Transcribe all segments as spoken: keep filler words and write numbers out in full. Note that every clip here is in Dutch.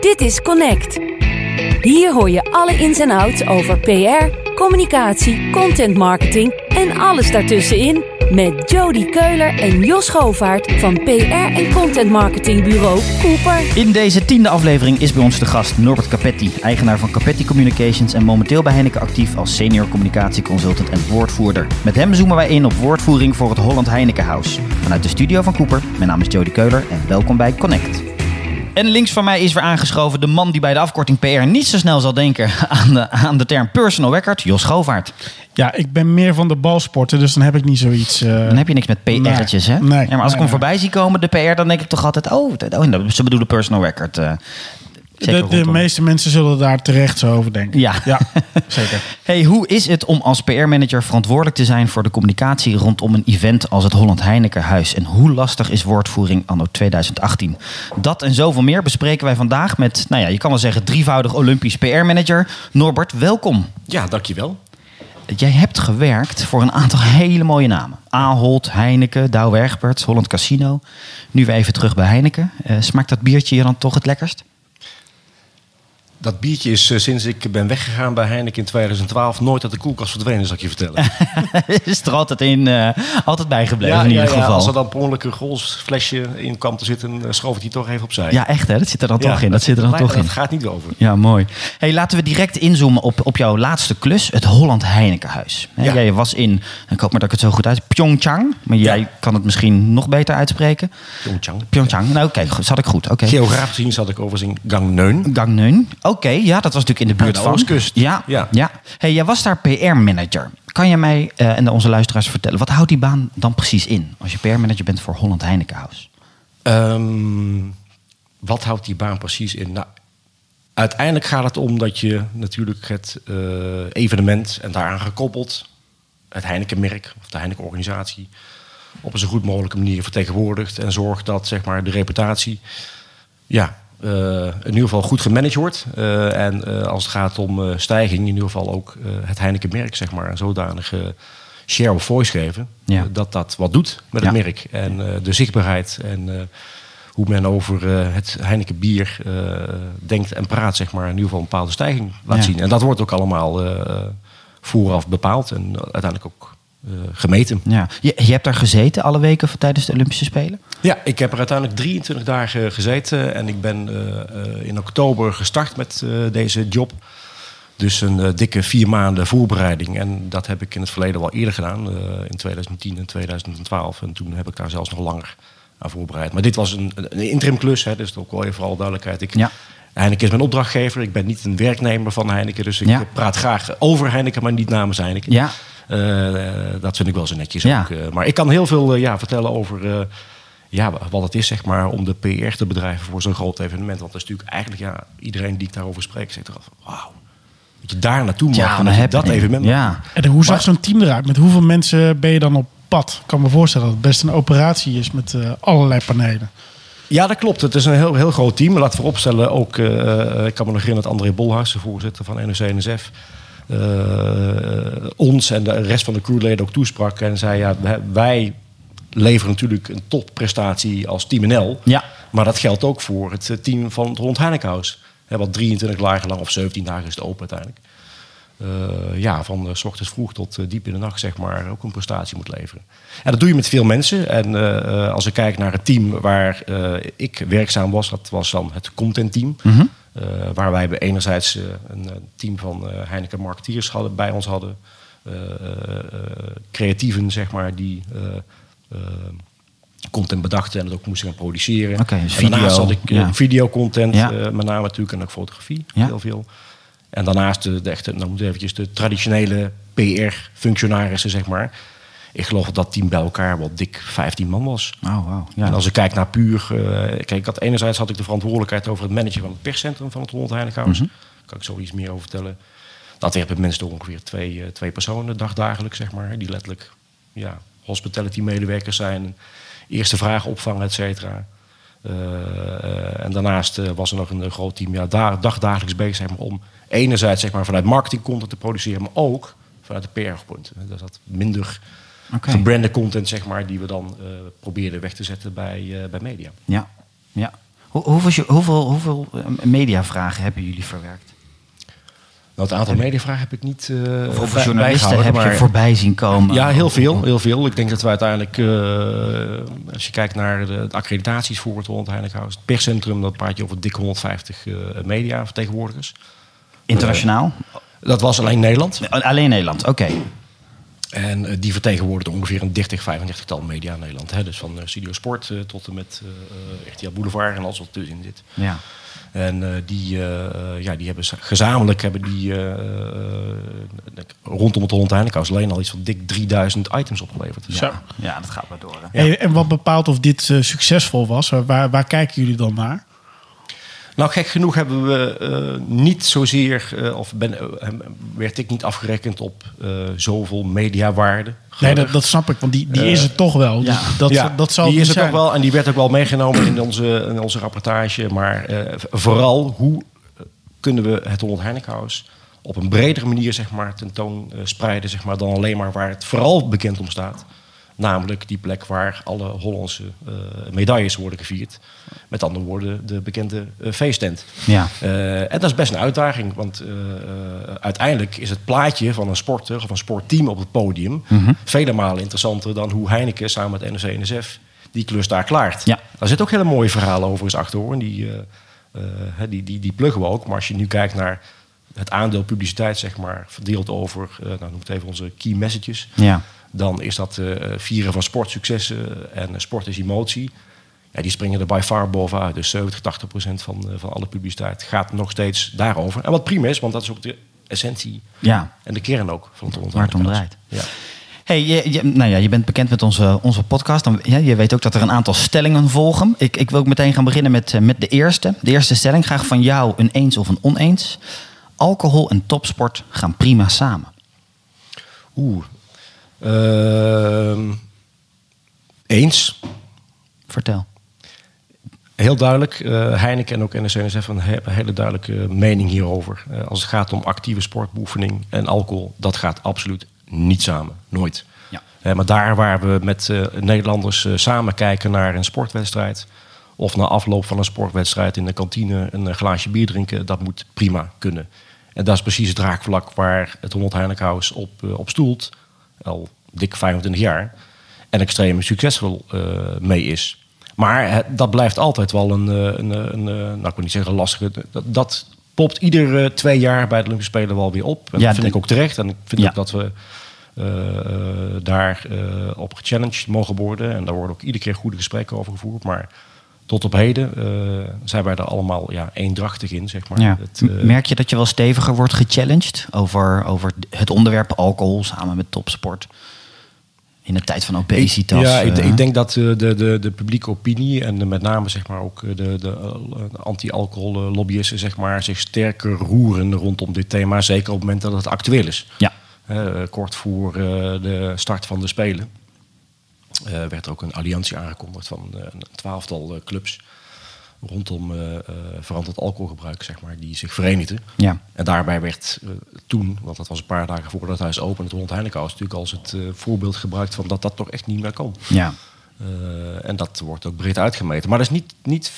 Dit is Connect. Hier hoor je alle ins en outs over P R, communicatie, content marketing en alles daartussenin met Jody Keuler en Jos Govaert van P R en content marketingbureau Cooper. In deze tiende aflevering is bij ons de gast Norbert Capetti, eigenaar van Capetti Communications en momenteel bij Heineken actief als senior communicatieconsultant en woordvoerder. Met hem zoomen wij in op woordvoering voor het Holland Heineken House. Vanuit de studio van Cooper, mijn naam is Jody Keuler en welkom bij Connect. En links van mij is weer aangeschoven de man die bij de afkorting P R niet zo snel zal denken aan de, aan de term personal record, Jos Govaert. Ja, ik ben meer van de balsporten, dus dan heb ik niet zoiets... Uh... Dan heb je niks met P R'tjes, nee, hè? Nee, ja, maar als nee, ik hem nee. voorbij zie komen, de P R, dan denk ik toch altijd... oh, oh ze bedoelen personal record. Uh, de de meeste mensen zullen daar terecht zo over denken. Ja, ja zeker. Hey, hoe is het om als P R-manager verantwoordelijk te zijn voor de communicatie rondom een event als het Holland Heineken Huis? En hoe lastig is woordvoering anno twintig achttien? Dat en zoveel meer bespreken wij vandaag met, nou ja, je kan wel zeggen, drievoudig Olympisch P R-manager. Norbert, welkom. Ja, dankjewel. Jij hebt gewerkt voor een aantal hele mooie namen. Ahold, Heineken, Douwe Egberts, Holland Casino. Nu weer even terug bij Heineken. Uh, smaakt dat biertje je dan toch het lekkerst? Dat biertje is uh, sinds ik ben weggegaan bij Heineken in twintig twaalf nooit uit de koelkast verdwenen, zal ik je vertellen. Is er altijd, in, uh, altijd bijgebleven ja, in ieder ja, geval. Ja, als er dan per ongeluk een golfsflesje in kwam te zitten, uh, schoof ik die toch even opzij. Ja, echt hè? Dat zit er dan ja, toch in. Dat, zit er dan dat, toch dat in. gaat niet over. Ja, mooi. Hey, laten we direct inzoomen op, op jouw laatste klus, het Holland Heineken Huis. He, ja. Jij was in, ik hoop maar dat ik het zo goed uit, Pyeongchang. Maar jij ja. kan het misschien nog beter uitspreken. Pyeongchang. Pyeongchang. Nou oké, okay, zat ik goed. Okay. Geografisch gezien zat ik overigens in Gangneung. Gangneung. Oké, okay, ja, dat was natuurlijk in de buurt de van. Oostkust. Ja, ja. ja. Hey, jij was daar P R-manager. Kan je mij uh, en onze luisteraars vertellen, wat houdt die baan dan precies in? Als je P R-manager bent voor Holland Heineken House. Um, wat houdt die baan precies in? Nou, uiteindelijk gaat het om dat je natuurlijk het uh, evenement en daaraan gekoppeld het Heineken-merk of de Heineken-organisatie op een zo goed mogelijke manier vertegenwoordigt en zorgt dat zeg maar de reputatie ja, uh, in ieder geval goed gemanaged wordt. Uh, en uh, als het gaat om uh, stijging, in ieder geval ook uh, het Heineken-merk zeg maar een zodanige share of voice geven. Ja. Uh, dat dat wat doet met het ja. merk. En uh, de zichtbaarheid en uh, hoe men over uh, het Heineken bier uh, denkt en praat, zeg maar, in ieder geval een bepaalde stijging laat ja. zien. En dat wordt ook allemaal uh, vooraf bepaald en uiteindelijk ook uh, gemeten. Ja. Je, je hebt daar gezeten alle weken tijdens de Olympische Spelen? Ja, ik heb er uiteindelijk drieëntwintig dagen gezeten en ik ben uh, uh, in oktober gestart met uh, deze job. Dus een uh, dikke vier maanden voorbereiding. En dat heb ik in het verleden wel eerder gedaan, uh, in twintig tien en twintig twaalf. En toen heb ik daar zelfs nog langer aan voorbereid. Maar dit was een, een interim klus, hè, dus ook wel even vooral duidelijkheid. Ik, ja. Heineken is mijn opdrachtgever. Ik ben niet een werknemer van Heineken. Dus ik ja. praat graag over Heineken, maar niet namens Heineken. Ja. Uh, dat vind ik wel zo netjes ja. ook. Uh, maar ik kan heel veel uh, ja, vertellen over uh, ja, wat het is zeg maar, om de P R te bedrijven voor zo'n groot evenement. Want dat is natuurlijk eigenlijk ja, iedereen die ik daarover spreek, zegt toch wauw. Dat je daar naartoe mag ja, en dat je dat evenement ja. En hoe zag zo'n team eruit? Met hoeveel mensen ben je dan op pad? Ik kan me voorstellen dat het best een operatie is met uh, allerlei panelen. Ja, dat klopt. Het is een heel, heel groot team. Laten we vooropstellen, ook, uh, ik kan me nog herinneren dat André Bolhuis, de voorzitter van N O C N S F, uh, ons en de rest van de crewleden ook toesprak en zei, ja, wij leveren natuurlijk een topprestatie als Team N L. Ja. Maar dat geldt ook voor het team van het Holland Heineken House. He, wat drieëntwintig dagen lang of zeventien dagen is het open uiteindelijk. Uh, ja, van uh, 's ochtends vroeg tot uh, diep in de nacht, zeg maar, ook een prestatie moet leveren. En dat doe je met veel mensen. En uh, als ik kijk naar het team waar uh, ik werkzaam was, dat was dan het contentteam. Mm-hmm. Uh, waar wij enerzijds uh, een team van uh, Heineken marketeers hadden, bij ons hadden. Uh, uh, creatieven, zeg maar, die uh, uh, content bedachten en het ook moesten gaan produceren. Okay, dus en daarnaast video, had ik uh, ja. videocontent, ja. uh, met name natuurlijk, en ook fotografie, ja. heel veel. En daarnaast de, de echte, nou moet eventjes de traditionele P R-functionarissen, zeg maar. Ik geloof dat dat team bij elkaar wel dik vijftien man was. Oh, wow. Ja. En als ik kijk naar puur... Uh, kijk, ik had, enerzijds had ik de verantwoordelijkheid over het managen van het perscentrum van het Holland Heineken House. Mm-hmm. Daar kan ik zo iets meer over vertellen. Dat werpen mensen door ongeveer twee, uh, twee personen dagdagelijks, zeg maar. Die letterlijk ja, hospitality-medewerkers zijn. Eerste vragen opvangen, et cetera. Uh, uh, en daarnaast uh, was er nog een, een groot team ja, daar, dagdagelijks bezig zeg maar, om enerzijds zeg maar, vanuit marketing content te produceren, maar ook vanuit de P R-punt. Dat is minder okay. gebrande content zeg maar, die we dan uh, probeerden weg te zetten bij, uh, bij media. Ja, ja. Hoe, hoeveel, hoeveel, hoeveel mediavragen hebben jullie verwerkt? Nou, het aantal mediavragen heb ik niet uh, Of hoeveel journalisten heb je voorbij zien komen? Ja, heel veel, heel veel. Ik denk dat we uiteindelijk, uh, als je kijkt naar de, de accreditaties voor het Holland Heinekenhuis, het perscentrum, dat praat je over dik honderdvijftig uh, mediavertegenwoordigers. Internationaal? Uh, dat was alleen Nederland. Alleen Nederland, oké. Okay. En uh, die vertegenwoordigden ongeveer een dertig, vijfendertig tal media in Nederland. Hè? Dus van uh, Studio Sport uh, tot en met uh, R T L Boulevard en alles wat tussenin zit. Ja. En uh, die, uh, ja, die hebben gezamenlijk hebben die, uh, uh, rondom het Holland Heinekenhuis alleen al iets van dik drieduizend items opgeleverd. Ja, ja, dat gaat maar door. Hè? Ja. En wat bepaalt of dit uh, succesvol was? Waar, waar kijken jullie dan naar? Nou, gek genoeg hebben we uh, niet zozeer, uh, of ben, uh, werd ik niet afgerekend op uh, zoveel mediawaarde. Nee, dat, dat snap ik, want die, die uh, is er toch wel. Ja, dat, ja, dat zal die is er zijn. toch wel en die werd ook wel meegenomen in onze, in onze rapportage. Maar uh, vooral, hoe kunnen we het Holland Heinekenhuis op een bredere manier zeg maar, tentoon uh, spreiden zeg maar, dan alleen maar waar het vooral bekend om staat. Namelijk die plek waar alle Hollandse uh, medailles worden gevierd. Met andere woorden, de bekende uh, feesttent. Ja. Uh, en dat is best een uitdaging. Want uh, uh, uiteindelijk is het plaatje van een sporter of een sportteam op het podium mm-hmm. vele malen interessanter dan hoe Heineken samen met N O C N S F die klus daar klaart. Ja. Daar zit ook hele mooie verhalen overigens achter hoor. Die, uh, uh, die, die, die pluggen we ook. Maar als je nu kijkt naar het aandeel publiciteit, zeg maar, verdeeld over, uh, nou noem het even onze key messages. Ja. Dan is dat uh, vieren van sportsuccessen en uh, sport is emotie. Ja, die springen er by far bovenuit. Dus zeventig, tachtig procent van, uh, van alle publiciteit gaat nog steeds daarover. En wat prima is, want dat is ook de essentie ja. en de kern ook van het Holland waar het om draait. Ja. Hey, je, je, nou ja, je bent bekend met onze, onze podcast. Dan, ja, je weet ook dat er een aantal stellingen volgen. Ik, ik wil ook meteen gaan beginnen met, uh, met de eerste. De eerste stelling, graag van jou een eens of een oneens. Alcohol en topsport gaan prima samen. Oeh. Uh, eens. Vertel. Heel duidelijk. Uh, Heineken en ook N O C N S F hebben een hele duidelijke mening hierover. Uh, als het gaat om actieve sportbeoefening en alcohol, dat gaat absoluut niet samen. Nooit. Ja. Uh, maar daar waar we met uh, Nederlanders uh, samen kijken naar een sportwedstrijd, of na afloop van een sportwedstrijd in de kantine een glaasje bier drinken, dat moet prima kunnen. En dat is precies het raakvlak waar het Holland Heinekenhuis op, uh, op stoelt. Al dik vijfentwintig jaar. En extreem succesvol uh, mee is. Maar het, dat blijft altijd wel een, een, een, een nou ik wil niet zeggen lastige. Dat, dat popt iedere twee jaar bij de Olympische Spelen wel weer op. En ja, dat vind de, ik ook terecht. En ik vind ja. ook dat we uh, daar uh, op gechallenged mogen worden. En daar worden ook iedere keer goede gesprekken over gevoerd. Maar tot op heden uh, zijn wij er allemaal ja, eendrachtig in, zeg maar. Ja. Het, uh, Merk je dat je wel steviger wordt gechallenged over, over het onderwerp alcohol samen met topsport? In de tijd van obesitas. Ja, ik, ik denk dat de, de, de publieke opinie en de, met name zeg maar, ook de, de, de anti-alcohol lobbyisten zeg maar, zich sterker roeren rondom dit thema. Zeker op het moment dat het actueel is. Ja. Uh, kort voor uh, de start van de Spelen uh, werd er ook een alliantie aangekondigd van uh, een twaalftal uh, clubs rondom uh, uh, veranderd alcoholgebruik, zeg maar, die zich verenigden. Ja. En daarbij werd uh, toen, want dat was een paar dagen voordat het huis opende, het Holland Heinekenhuis natuurlijk als het uh, voorbeeld gebruikt van dat dat toch echt niet meer kan. Ja. Uh, en dat wordt ook breed uitgemeten. Maar dat is niet, niet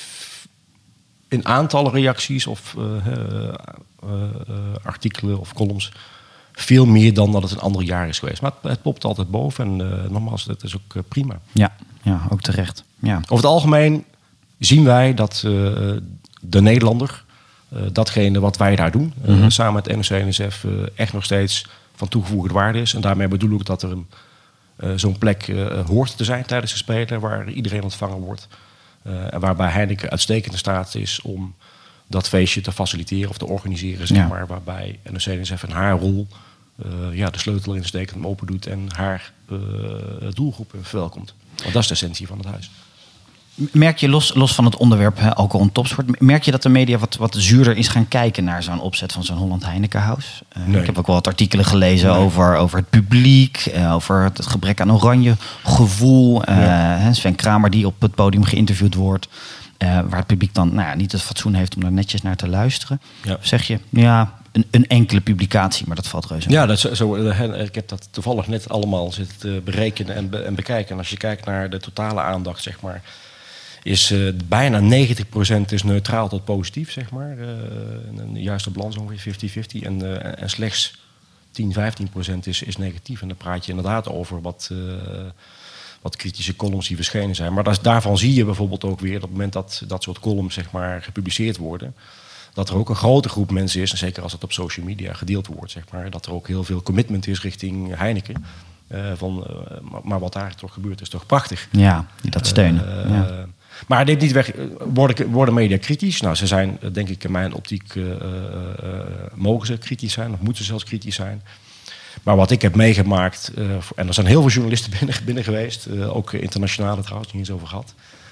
in aantallen reacties of uh, uh, uh, uh, artikelen of columns veel meer dan dat het een ander jaar is geweest. Maar het, het popt altijd boven en uh, nogmaals, dat is ook uh, prima. Ja, ja, ook terecht. Ja. Over het algemeen zien wij dat uh, de Nederlander, uh, datgene wat wij daar doen, uh, mm-hmm. samen met N O C N S F, uh, echt nog steeds van toegevoegde waarde is. En daarmee bedoel ik dat er een, uh, zo'n plek uh, hoort te zijn tijdens de Spelen, waar iedereen ontvangen wordt. Uh, en waarbij Heineken uitstekend in staat is om dat feestje te faciliteren of te organiseren, zeg ja. maar. Waarbij N O C N S F en haar rol uh, ja, de sleutel in steekt, hem open doet en haar uh, doelgroepen verwelkomt. Want dat is de essentie van het huis. Merk je los, los van het onderwerp hè, alcohol en topsport, merk je dat de media wat, wat zuurder is gaan kijken naar zo'n opzet van zo'n Holland Heinekenhuis? Uh, nee. Ik heb ook wel wat artikelen gelezen nee. over, over het publiek, uh, over het, het gebrek aan oranje gevoel. Uh, ja. Sven Kramer die op het podium geïnterviewd wordt, uh, waar het publiek dan nou ja, niet het fatsoen heeft om daar netjes naar te luisteren. Ja. Zeg je, ja, een, een enkele publicatie, maar dat valt reuze. Ja, dat is zo, ik heb dat toevallig net allemaal zitten berekenen en, be, en bekijken. En als je kijkt naar de totale aandacht, zeg maar, is uh, bijna negentig procent is neutraal tot positief, zeg maar. Uh, een juiste balans ongeveer vijftig vijftig. En, uh, en slechts tien, vijftien procent is, is negatief. En dan praat je inderdaad over wat, uh, wat kritische columns die verschenen zijn. Maar dat, daarvan zie je bijvoorbeeld ook weer... op het moment dat dat soort columns zeg maar, gepubliceerd worden... dat er ook een grote groep mensen is... en zeker als het op social media gedeeld wordt... zeg maar, dat er ook heel veel commitment is richting Heineken... Uh, van, uh, maar, maar wat daar toch gebeurt is toch prachtig. Ja, die dat steunen. Uh, ja. uh, maar het neemt niet weg. Worden, worden media kritisch? Nou, ze zijn, denk ik, in mijn optiek... Uh, uh, mogen ze kritisch zijn, of moeten ze zelfs kritisch zijn. Maar wat ik heb meegemaakt... Uh, en er zijn heel veel journalisten binnen, binnen geweest... Uh, ook internationale trouwens, niet eens over gehad...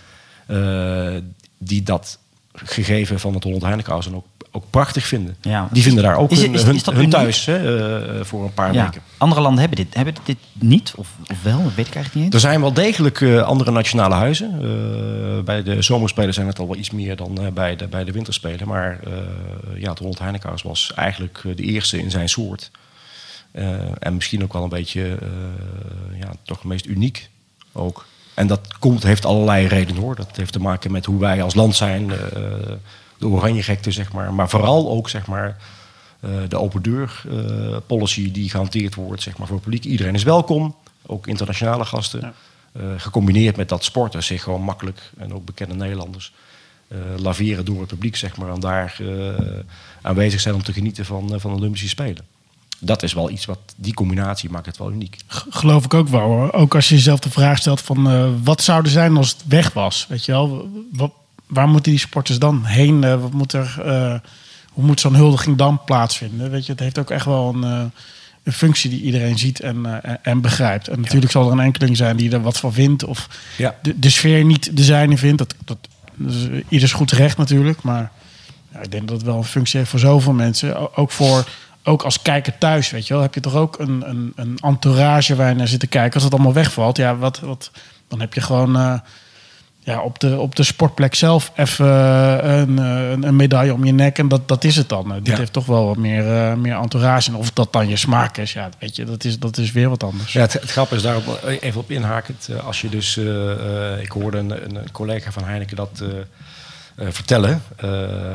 Uh, die dat gegeven van het Holland Heinekenhuis... ook ook prachtig vinden. Ja, die vinden daar ook is, hun, is, is hun thuis hè, uh, voor een paar ja. weken. Andere landen hebben dit, hebben dit niet? Of, of wel? Dat weet ik eigenlijk niet eens. Er zijn wel degelijk uh, andere nationale huizen. Uh, bij de zomerspelen zijn het al wel iets meer dan uh, bij, de, bij de winterspelen. Maar uh, ja, het Holland Heinekenhuis was eigenlijk uh, de eerste in zijn soort. Uh, en misschien ook wel een beetje uh, ja, toch het meest uniek ook. En dat komt, heeft allerlei redenen hoor. Dat heeft te maken met hoe wij als land zijn... Uh, de Oranje-gekte, zeg maar. Maar vooral ook, zeg maar, uh, de open deur uh, policy die gehanteerd wordt, zeg maar, voor het publiek. Iedereen is welkom, ook internationale gasten. Ja. Uh, gecombineerd met dat sporters zich gewoon makkelijk, en ook bekende Nederlanders, uh, laveren door het publiek, zeg maar. En daar uh, aanwezig zijn om te genieten van, uh, van de Olympische Spelen. Dat is wel iets wat, die combinatie maakt het wel uniek. Geloof ik ook wel hoor. Ook als je jezelf de vraag stelt van, uh, wat zou er zijn als het weg was? Weet je wel, wat... Waar moeten die sporters dan heen? Uh, wat moet er, uh, hoe moet zo'n huldiging dan plaatsvinden? Weet je, het heeft ook echt wel een, uh, een functie die iedereen ziet en, uh, en begrijpt. En natuurlijk ja. zal er een enkeling zijn die er wat van vindt... of ja. de, de sfeer niet de zijne vindt. Dat, dat, dat is ieders goed recht natuurlijk. Maar ja, ik denk dat het wel een functie heeft voor zoveel mensen. Ook, voor, ook als kijker thuis, weet je wel. Heb je toch ook een, een, een entourage waar je naar zit te kijken. Als het allemaal wegvalt, ja, wat, wat, dan heb je gewoon... Uh, Ja, op de, op de sportplek zelf even een, een, een medaille om je nek en dat, dat is het dan. Dit ja. heeft toch wel wat meer, uh, meer entourage. En of dat dan je smaak is, ja, weet je, dat is, dat is weer wat anders. Ja, het, het grappige is daarop even op inhakend. Als je dus, uh, uh, ik hoorde een, een collega van Heineken dat uh, uh, vertellen. Uh,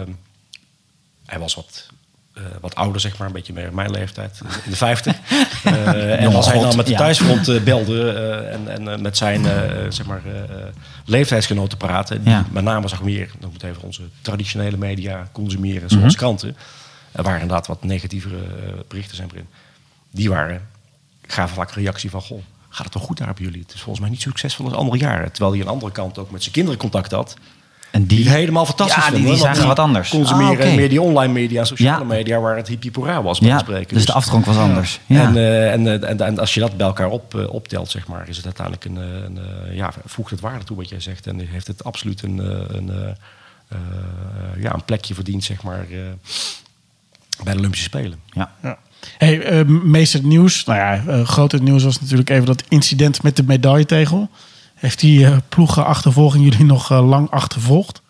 hij was wat... Uh, wat ouder, zeg maar, een beetje meer mijn leeftijd, in de vijftig. Uh, en als hij dan met de thuisfront uh, belde uh, en, en uh, met zijn uh, zeg maar, uh, leeftijdsgenoten praten, die ja. met name zeg meer, dan moet even onze traditionele media consumeren, zoals mm-hmm. kranten, er waren inderdaad wat negatievere uh, berichten zijn erin. Die waren, gaven vaak een reactie van, goh, gaat het toch goed daar bij jullie? Het is volgens mij niet zo succesvol als andere jaren. Terwijl hij aan de andere kant ook met zijn kinderen contact had. En die, die helemaal fantastisch ja, die, die zagen wat anders. Consumeren ah, okay. meer die online media, sociale ja. media, waar het hippie-poera was. Ja, spreken. Dus, dus de aftronk was anders. Ja. En, uh, en, uh, en, en als je dat bij elkaar op, uh, optelt, zeg maar, is het uiteindelijk een, een uh, ja, voegt het waarde toe wat jij zegt. En heeft het absoluut een, een, uh, uh, ja, een plekje verdiend, zeg maar, uh, bij de Olympische Spelen. Ja. ja. Hey, uh, meester nieuws. Nou ja, uh, grote nieuws was natuurlijk even dat incident met de medailletegel. Heeft die uh, ploegenachtervolging jullie nog uh, lang achtervolgd?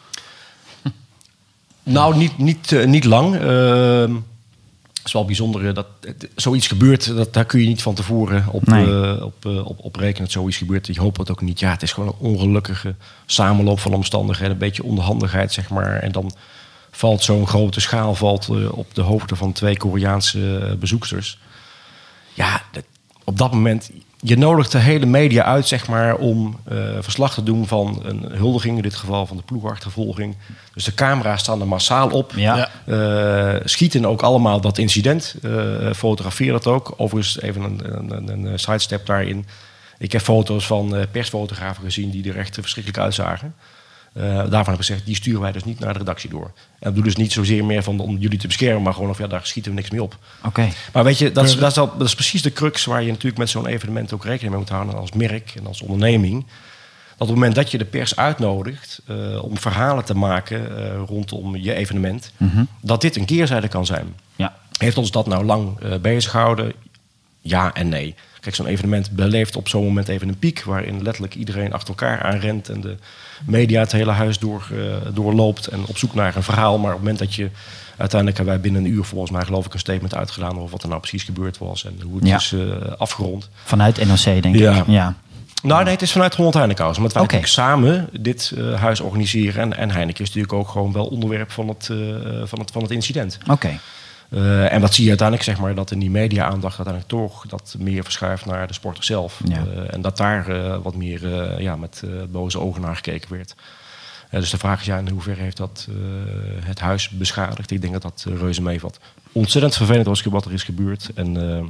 Nou, niet, niet, uh, niet lang. Uh, het is wel bijzonder dat het, zoiets gebeurt. Dat, daar kun je niet van tevoren op, nee. uh, op, uh, op, op rekenen dat zoiets gebeurt. Je hoopt het ook niet. Ja, het is gewoon een ongelukkige samenloop van omstandigheden. Een beetje onderhandigheid, zeg maar. En dan valt zo'n grote schaal valt, uh, op de hoofden van twee Koreaanse uh, bezoeksters. Ja, dat, op dat moment... Je nodigt de hele media uit, zeg maar, om uh, verslag te doen van een huldiging, in dit geval van de ploegachtervolging. Dus de camera's staan er massaal op. Ja. Uh, schieten ook allemaal dat incident. Uh, fotografeer dat ook. Overigens even een, een, een sidestep daarin. Ik heb foto's van uh, persfotografen gezien die er echt verschrikkelijk uitzagen. Uh, daarvan heb ik gezegd, die sturen wij dus niet naar de redactie door. En dat bedoel dus niet zozeer meer van om jullie te beschermen, maar gewoon of ja, daar schieten we niks mee op. Oké. Okay. Maar weet je, dat is, dat, is al, dat is precies de crux waar je natuurlijk met zo'n evenement ook rekening mee moet houden als merk en als onderneming. Dat op het moment dat je de pers uitnodigt uh, om verhalen te maken uh, rondom je evenement, mm-hmm. dat dit een keerzijde kan zijn. Ja. Heeft ons dat nou lang uh, bezig gehouden? Ja en nee. Kijk, zo'n evenement beleeft op zo'n moment even een piek waarin letterlijk iedereen achter elkaar aanrent en de media het hele huis door, uh, doorloopt en op zoek naar een verhaal. Maar op het moment dat je... Uiteindelijk hebben wij binnen een uur volgens mij geloof ik een statement uitgedaan over wat er nou precies gebeurd was en hoe het ja. is uh, afgerond. Vanuit N O C denk ja. ik. Ja. Nou, nee, het is vanuit het Holland Heinekenhuis. Omdat wij Oké. natuurlijk samen dit uh, huis organiseren. En, en Heineken is natuurlijk ook gewoon wel onderwerp van het, uh, van het, van het incident. Oké. Okay. Uh, en wat zie je uiteindelijk, zeg maar, dat in die media-aandacht uiteindelijk toch dat meer verschuift naar de sporter zelf. Ja. Uh, en dat daar uh, wat meer uh, ja, met uh, boze ogen naar gekeken werd. Uh, dus de vraag is, ja, in hoeverre heeft dat uh, het huis beschadigd? Ik denk dat dat uh, reuze meevalt. Ontzettend vervelend was wat er is gebeurd. En uh,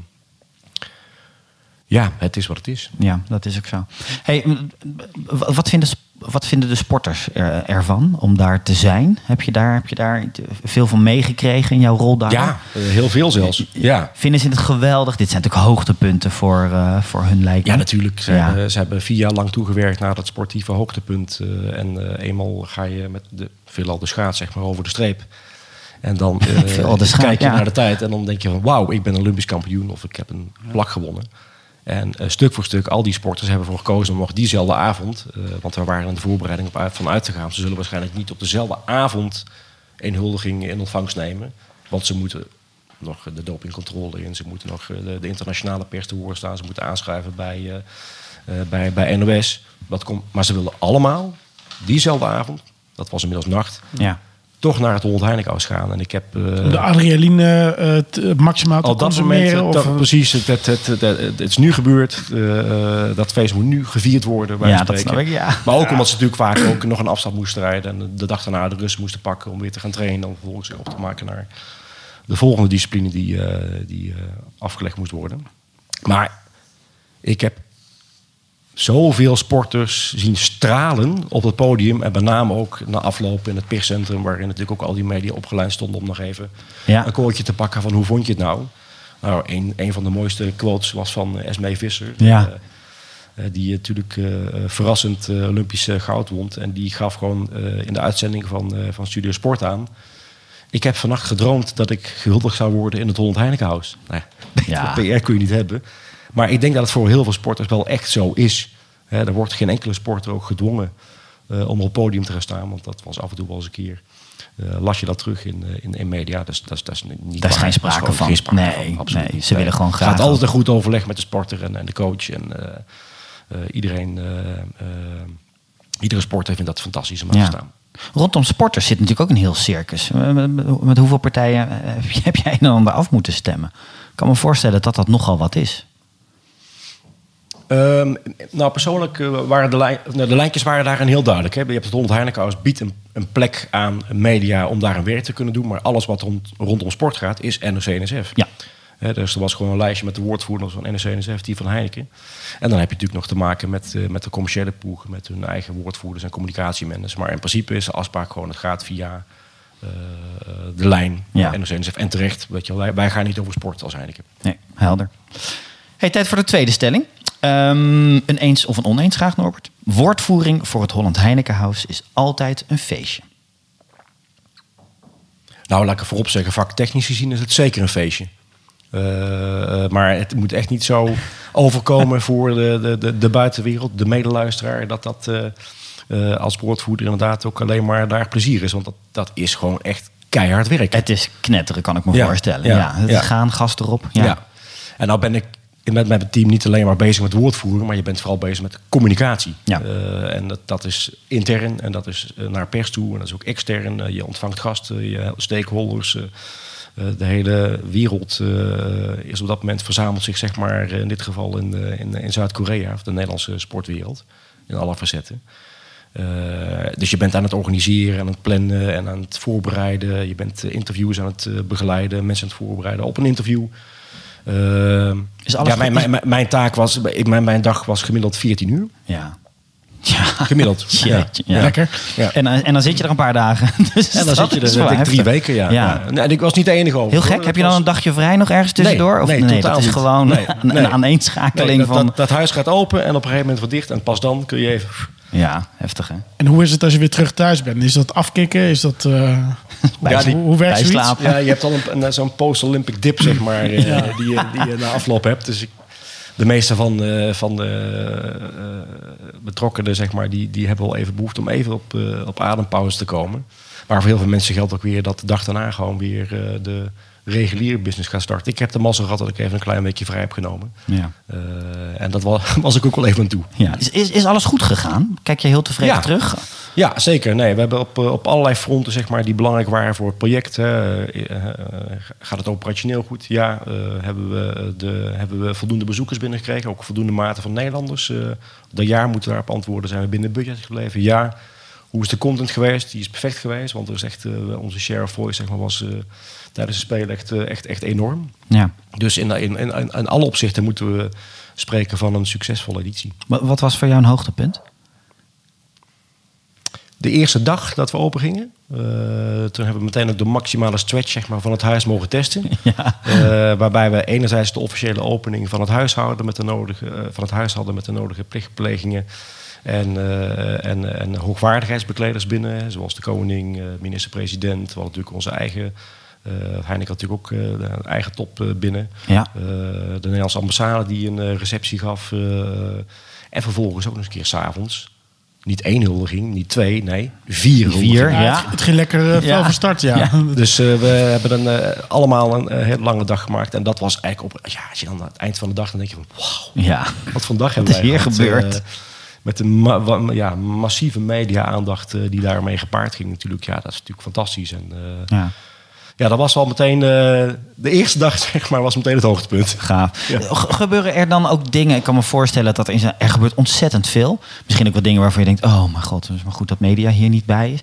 ja, het is wat het is. Ja, dat is ook zo. Hey, wat vinden, wat vinden de sporters er, ervan om daar te zijn? Heb je daar, heb je daar veel van meegekregen in jouw rol daar? Ja, uh, heel veel zelfs. Ja. Vinden ze het geweldig? Dit zijn natuurlijk hoogtepunten voor, uh, voor hun lijken. Ja, natuurlijk. Ze, ja. Hebben, ze hebben vier jaar lang toegewerkt naar dat sportieve hoogtepunt. Uh, en uh, eenmaal ga je met de, veelal de schaats zeg maar, over de streep. En dan uh, de schaats, kijk je ja. naar de tijd en dan denk je van wauw, ik ben Olympisch kampioen of ik heb een plak gewonnen. En uh, stuk voor stuk, al die sporters hebben ervoor gekozen om nog diezelfde avond, uh, want we waren in de voorbereiding op uit, van uit te gaan. Ze zullen waarschijnlijk niet op dezelfde avond een huldiging in ontvangst nemen. Want ze moeten nog de dopingcontrole in, ze moeten nog de, de internationale pers te horen staan, ze moeten aanschrijven bij, uh, uh, bij, bij N O S. Dat komt, maar ze wilden allemaal diezelfde avond, dat was inmiddels nacht, ja. toch naar het Holland Heinekenhuis gaan. En ik heb uh, de adrenaline uh, t- maximaal te al dat consumeren. moment, Of, dat, precies, het, het, het, het, het is nu gebeurd. Uh, dat feest moet nu gevierd worden. Bij ja, dat snap ik, ja. Maar ook omdat ze natuurlijk vaak ook nog een afstand moesten rijden. En de dag daarna de rust moesten pakken om weer te gaan trainen. Om vervolgens zich op te maken naar de volgende discipline die, uh, die uh, afgelegd moest worden. Maar ik heb zoveel sporters zien stralen op het podium. En met name ook na afloop in het perscentrum, waarin natuurlijk ook al die media opgeleid stonden om nog even ja. een koortje te pakken van hoe vond je het nou? Nou, een, een van de mooiste quotes was van uh, Esmee Visser. Ja. Uh, uh, die natuurlijk uh, verrassend uh, Olympisch uh, goud won. En die gaf gewoon uh, in de uitzending van, uh, van Studio Sport aan: ik heb vannacht gedroomd dat ik gehuldigd zou worden in het Holland Heinekenhuis. Nou, ja. P R kun je niet hebben. Maar ik denk dat het voor heel veel sporters wel echt zo is. He, er wordt geen enkele sporter ook gedwongen uh, om op het podium te gaan staan. Want dat was af en toe wel eens een keer. Uh, las je dat terug in, uh, in, in media. Dus, dat, dat is niet Daar is geen sprake is van. Geen sprake nee, van. Absoluut nee, niet. ze willen gewoon graag. Het gaat altijd een goed overleg met de sporter en, en de coach. En uh, uh, iedereen, uh, uh, iedere sporter vindt dat fantastisch om aan te ja. staan. Rondom sporters zit natuurlijk ook een heel circus. Met, met hoeveel partijen heb jij dan ander af moeten stemmen? Ik kan me voorstellen dat dat nogal wat is. Um, nou, persoonlijk uh, waren de, lijn, nou, de lijntjes waren daarin heel duidelijk. Hè. Je hebt het Holland Heinekenhuis biedt een, een plek aan media om daar een werk te kunnen doen. Maar alles wat rond, rondom sport gaat, is N O C N S F. Ja. He, dus er was gewoon een lijstje met de woordvoerders van N O C N S F, die van Heineken. En dan heb je natuurlijk nog te maken met, uh, met de commerciële ploeg, met hun eigen woordvoerders en communicatiemanagers. Maar in principe is de afspraak gewoon, het gaat via uh, de lijn ja. N O C N S F. En terecht, weet je wel, wij, wij gaan niet over sport als Heineken. Nee, helder. Hey, tijd voor de tweede stelling. Um, een eens of een oneens, graag Norbert. Woordvoering voor het Holland Heinekenhuis is altijd een feestje. Nou, laat ik er voorop zeggen, vaktechnisch gezien is het zeker een feestje. Uh, uh, maar het moet echt niet zo overkomen voor de, de, de, de buitenwereld, de medeluisteraar, dat dat uh, uh, als woordvoerder inderdaad ook alleen maar daar plezier is. Want dat, dat is gewoon echt keihard werk. Het is knetteren, kan ik me ja, voorstellen. Ja, ja, het ja. gaan, gas erop. Ja. Ja. En nou ben ik met mijn team niet alleen maar bezig met woordvoeren, maar je bent vooral bezig met communicatie. Ja. Uh, en dat, dat is intern en dat is uh, naar pers toe en dat is ook extern. Uh, je ontvangt gasten, je stakeholders. Uh, uh, de hele wereld uh, is op dat moment verzamelt zich, zeg maar, in dit geval in, uh, in, in Zuid-Korea, of de Nederlandse sportwereld, in alle facetten. Uh, dus je bent aan het organiseren, aan het plannen en aan het voorbereiden. Je bent uh, interviews aan het uh, begeleiden, mensen aan het voorbereiden op een interview. Uh, is alles ja, mijn, mijn, mijn, mijn taak was, mijn, mijn dag was gemiddeld veertien uur. Ja. Ja. Gemiddeld. Ja. Ja. Ja. Lekker. Ja. En, en dan zit je er een paar dagen. Dus en dan zit je er denk ik, drie weken. Ja. Ja. Ja. Nee, en ik was niet de enige over. Heel gek. Hoor. Heb je dat dan een was... dagje vrij nog ergens tussendoor? Nee, of nee, nee totaal dat is niet. gewoon nee, een, nee. een aaneenschakeling nee, dat, van... Dat, dat huis gaat open en op een gegeven moment wordt dicht. En pas dan kun je even... Ja, heftig hè. En hoe is het als je weer terug thuis bent? Is dat afkicken? Is dat... Uh... Ja, die, hoe, hoe werkt zoiets? bijslapen. Ja, je hebt al een, een, zo'n post-Olympic dip, zeg maar, ja. uh, die, je, die je na afloop hebt. Dus ik, de meeste van, uh, van de uh, betrokkenen, zeg maar, die, die hebben wel even behoefte om even op, uh, op adempauze te komen. Maar voor heel veel mensen geldt ook weer dat de dag daarna gewoon weer uh, de, reguliere business gaat starten. Ik heb de mazzel gehad dat ik even een klein weekje vrij heb genomen. Ja. Uh, en dat was, was ik ook wel even aan toe. Ja. Is, is, is alles goed gegaan? Kijk je heel tevreden ja. terug? Ja, zeker. Nee, we hebben op, op allerlei fronten, zeg maar, die belangrijk waren voor het project. Uh, uh, gaat het operationeel goed? Ja. Uh, hebben, we de, hebben we voldoende bezoekers binnengekregen? Ook voldoende mate van Nederlanders? Uh, dat jaar moeten we daarop antwoorden. Zijn we binnen budget gebleven? Ja. Hoe is de content geweest? Die is perfect geweest. Want er is echt, uh, onze share of voice, zeg maar, was uh, tijdens de Spelen echt, uh, echt, echt enorm. Ja. Dus in, in, in, in alle opzichten moeten we spreken van een succesvolle editie. Wat was voor jou een hoogtepunt? De eerste dag dat we open gingen, uh, toen hebben we meteen ook de maximale stretch, zeg maar, van het huis mogen testen. Ja. Uh, waarbij we enerzijds de officiële opening van het huishouden met de nodige, uh, van het huis hadden met de nodige plichtplegingen. En, uh, en, en hoogwaardigheidsbekleders binnen, zoals de koning, uh, minister-president. We hadden natuurlijk onze eigen, uh, Heineken had natuurlijk ook uh, een eigen top uh, binnen. Ja. Uh, de Nederlandse ambassade die een uh, receptie gaf. Uh, en vervolgens ook nog eens een keer 's avonds. Niet één huldiging, niet twee, nee, vier. Vier, ja. ja. Het, het ging lekker uh, ja. van start, ja. ja. Dus uh, we hebben een, uh, allemaal een uh, hele lange dag gemaakt. En dat was eigenlijk op... Ja, als je dan aan het eind van de dag, dan denk je van... Wauw, ja. Wat voor een dag hebben wij hier gebeurd. Uh, met een ma- wa- ja, massieve media-aandacht uh, die daarmee gepaard ging natuurlijk. Ja, dat is natuurlijk fantastisch. En, uh, ja. ja, dat was al meteen... Uh, de eerste dag, zeg maar, was meteen het hoogtepunt. Gaaf. Ja. Gebeuren er dan ook dingen... Ik kan me voorstellen dat er, in, er gebeurt ontzettend veel. Misschien ook wat dingen waarvan je denkt... Oh mijn god, het is maar goed dat media hier niet bij is.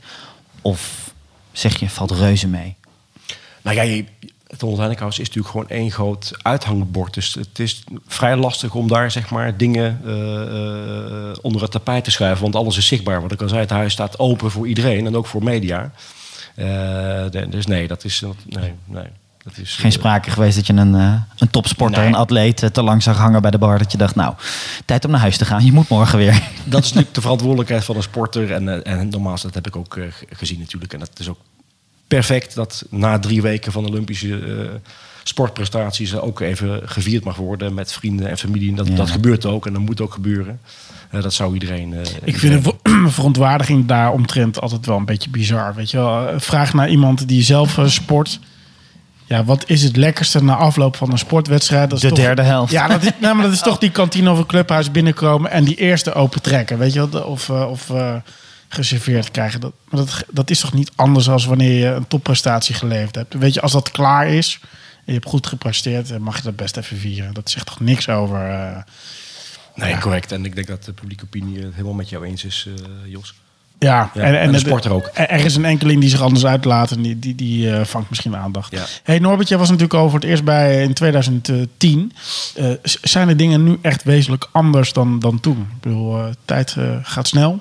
Of zeg je, valt reuze mee? Nou ja, je, het Holland Heineken House is natuurlijk gewoon één groot uithangbord. Dus het is vrij lastig om daar, zeg maar, dingen uh, uh, onder het tapijt te schuiven. Want alles is zichtbaar. Wat ik al zei, het huis staat open voor iedereen en ook voor media. Uh, de, dus nee, dat is... Nee, nee, dat is geen sprake uh, geweest dat je een, uh, een topsporter, nee. een atleet uh, te lang zag hangen bij de bar. Dat je dacht, nou, tijd om naar huis te gaan. Je moet morgen weer. Dat is natuurlijk de verantwoordelijkheid van een sporter. En, uh, en nogmaals, dat heb ik ook uh, gezien natuurlijk. En dat is ook perfect dat na drie weken van Olympische uh, sportprestaties ook even gevierd mag worden met vrienden en familie. Dat, ja. dat gebeurt ook en dat moet ook gebeuren. Uh, dat zou iedereen... Uh, ik iedereen... vind de verontwaardiging daaromtrent altijd wel een beetje bizar. Weet je wel? Vraag naar iemand die zelf uh, sport. Ja, wat is het lekkerste na afloop van een sportwedstrijd? Dat is de toch, derde helft. Ja, dat is, nou, maar dat is toch die kantine of een clubhuis binnenkomen en die eerste open trekken. Weet je wel? Of... Uh, of uh, geserveerd krijgen. Dat, maar dat, dat is toch niet anders dan wanneer je een topprestatie geleverd hebt. Weet je, als dat klaar is en je hebt goed gepresteerd, dan mag je dat best even vieren. Dat zegt toch niks over... Uh, nee, ja. correct. En ik denk dat de publieke opinie het helemaal met jou eens is, uh, Jos. Ja, ja, en, en, en de de sporter ook. Er is een enkeling die zich anders uitlaat en die, die, die uh, vangt misschien aandacht. Ja. Hey Norbert, jij was natuurlijk al voor het eerst bij in twintig tien. Uh, zijn de dingen nu echt wezenlijk anders dan, dan toen? Ik bedoel, uh, tijd uh, gaat snel.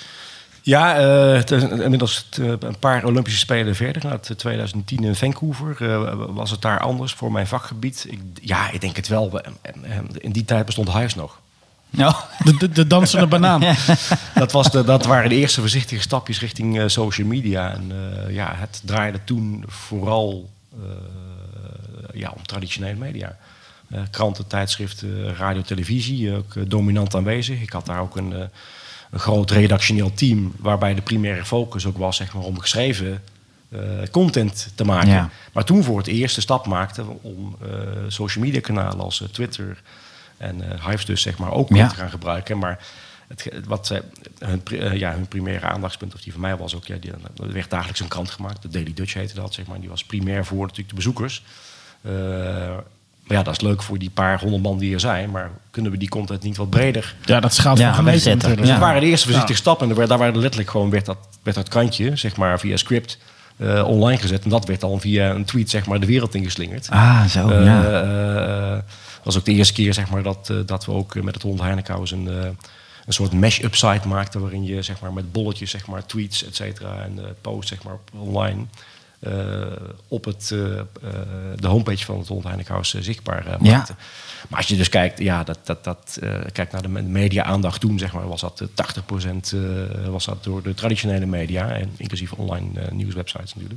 Ja, uh, het is inmiddels uh, een paar Olympische Spelen verder. Na twintig tien in Vancouver uh, was het daar anders voor mijn vakgebied. Ik, ja, ik denk het wel. In die tijd bestond huis nog. No. De, de, de dansende banaan. Ja. Dat, was de, dat waren de eerste voorzichtige stapjes richting uh, social media. En uh, ja, het draaide toen vooral uh, ja, om traditionele media. Uh, kranten, tijdschriften, radio, televisie, ook uh, dominant aanwezig. Ik had daar ook een... Uh, Een groot redactioneel team waarbij de primaire focus ook was, zeg maar, om geschreven uh, content te maken. Ja. Maar toen voor het eerst de stap maakten om uh, social media kanalen als uh, Twitter en uh, Hives dus, zeg maar, ook ja. te gaan gebruiken. Maar het, wat uh, hun, uh, ja, hun primaire aandachtspunt, of die van mij was ook, ja, die, er werd dagelijks een krant gemaakt. De Daily Dutch heette dat, zeg maar. Die was primair voor natuurlijk de bezoekers. Uh, Maar ja, dat is leuk voor die paar honderd man die er zijn. Maar kunnen we die content niet wat breder... Ja, dat schaalt ja, van gemeten. Dus ja. Dat waren de eerste voorzichtige ja. stappen. En daar, daar waren letterlijk gewoon, werd dat, werd dat krantje, zeg maar, via script uh, online gezet. En dat werd dan via een tweet, zeg maar, de wereld ingeslingerd. Ah, zo, uh, ja. Uh, was ook de eerste keer, zeg maar, dat, uh, dat we ook met het Holland Heineken House een, uh, een soort mash-up site maakten. Waarin je, zeg maar, met bolletjes, zeg maar, tweets, et cetera. En uh, posts, zeg maar, online... Uh, op het, uh, uh, de homepage van het Holland Heineken House uh, zichtbaar uh, maakte. Ja. Maar als je dus kijkt, ja, dat, dat, dat, uh, kijkt naar de media-aandacht toen, zeg maar, was dat uh, tachtig procent uh, was dat door de traditionele media, en inclusief online uh, nieuwswebsites natuurlijk.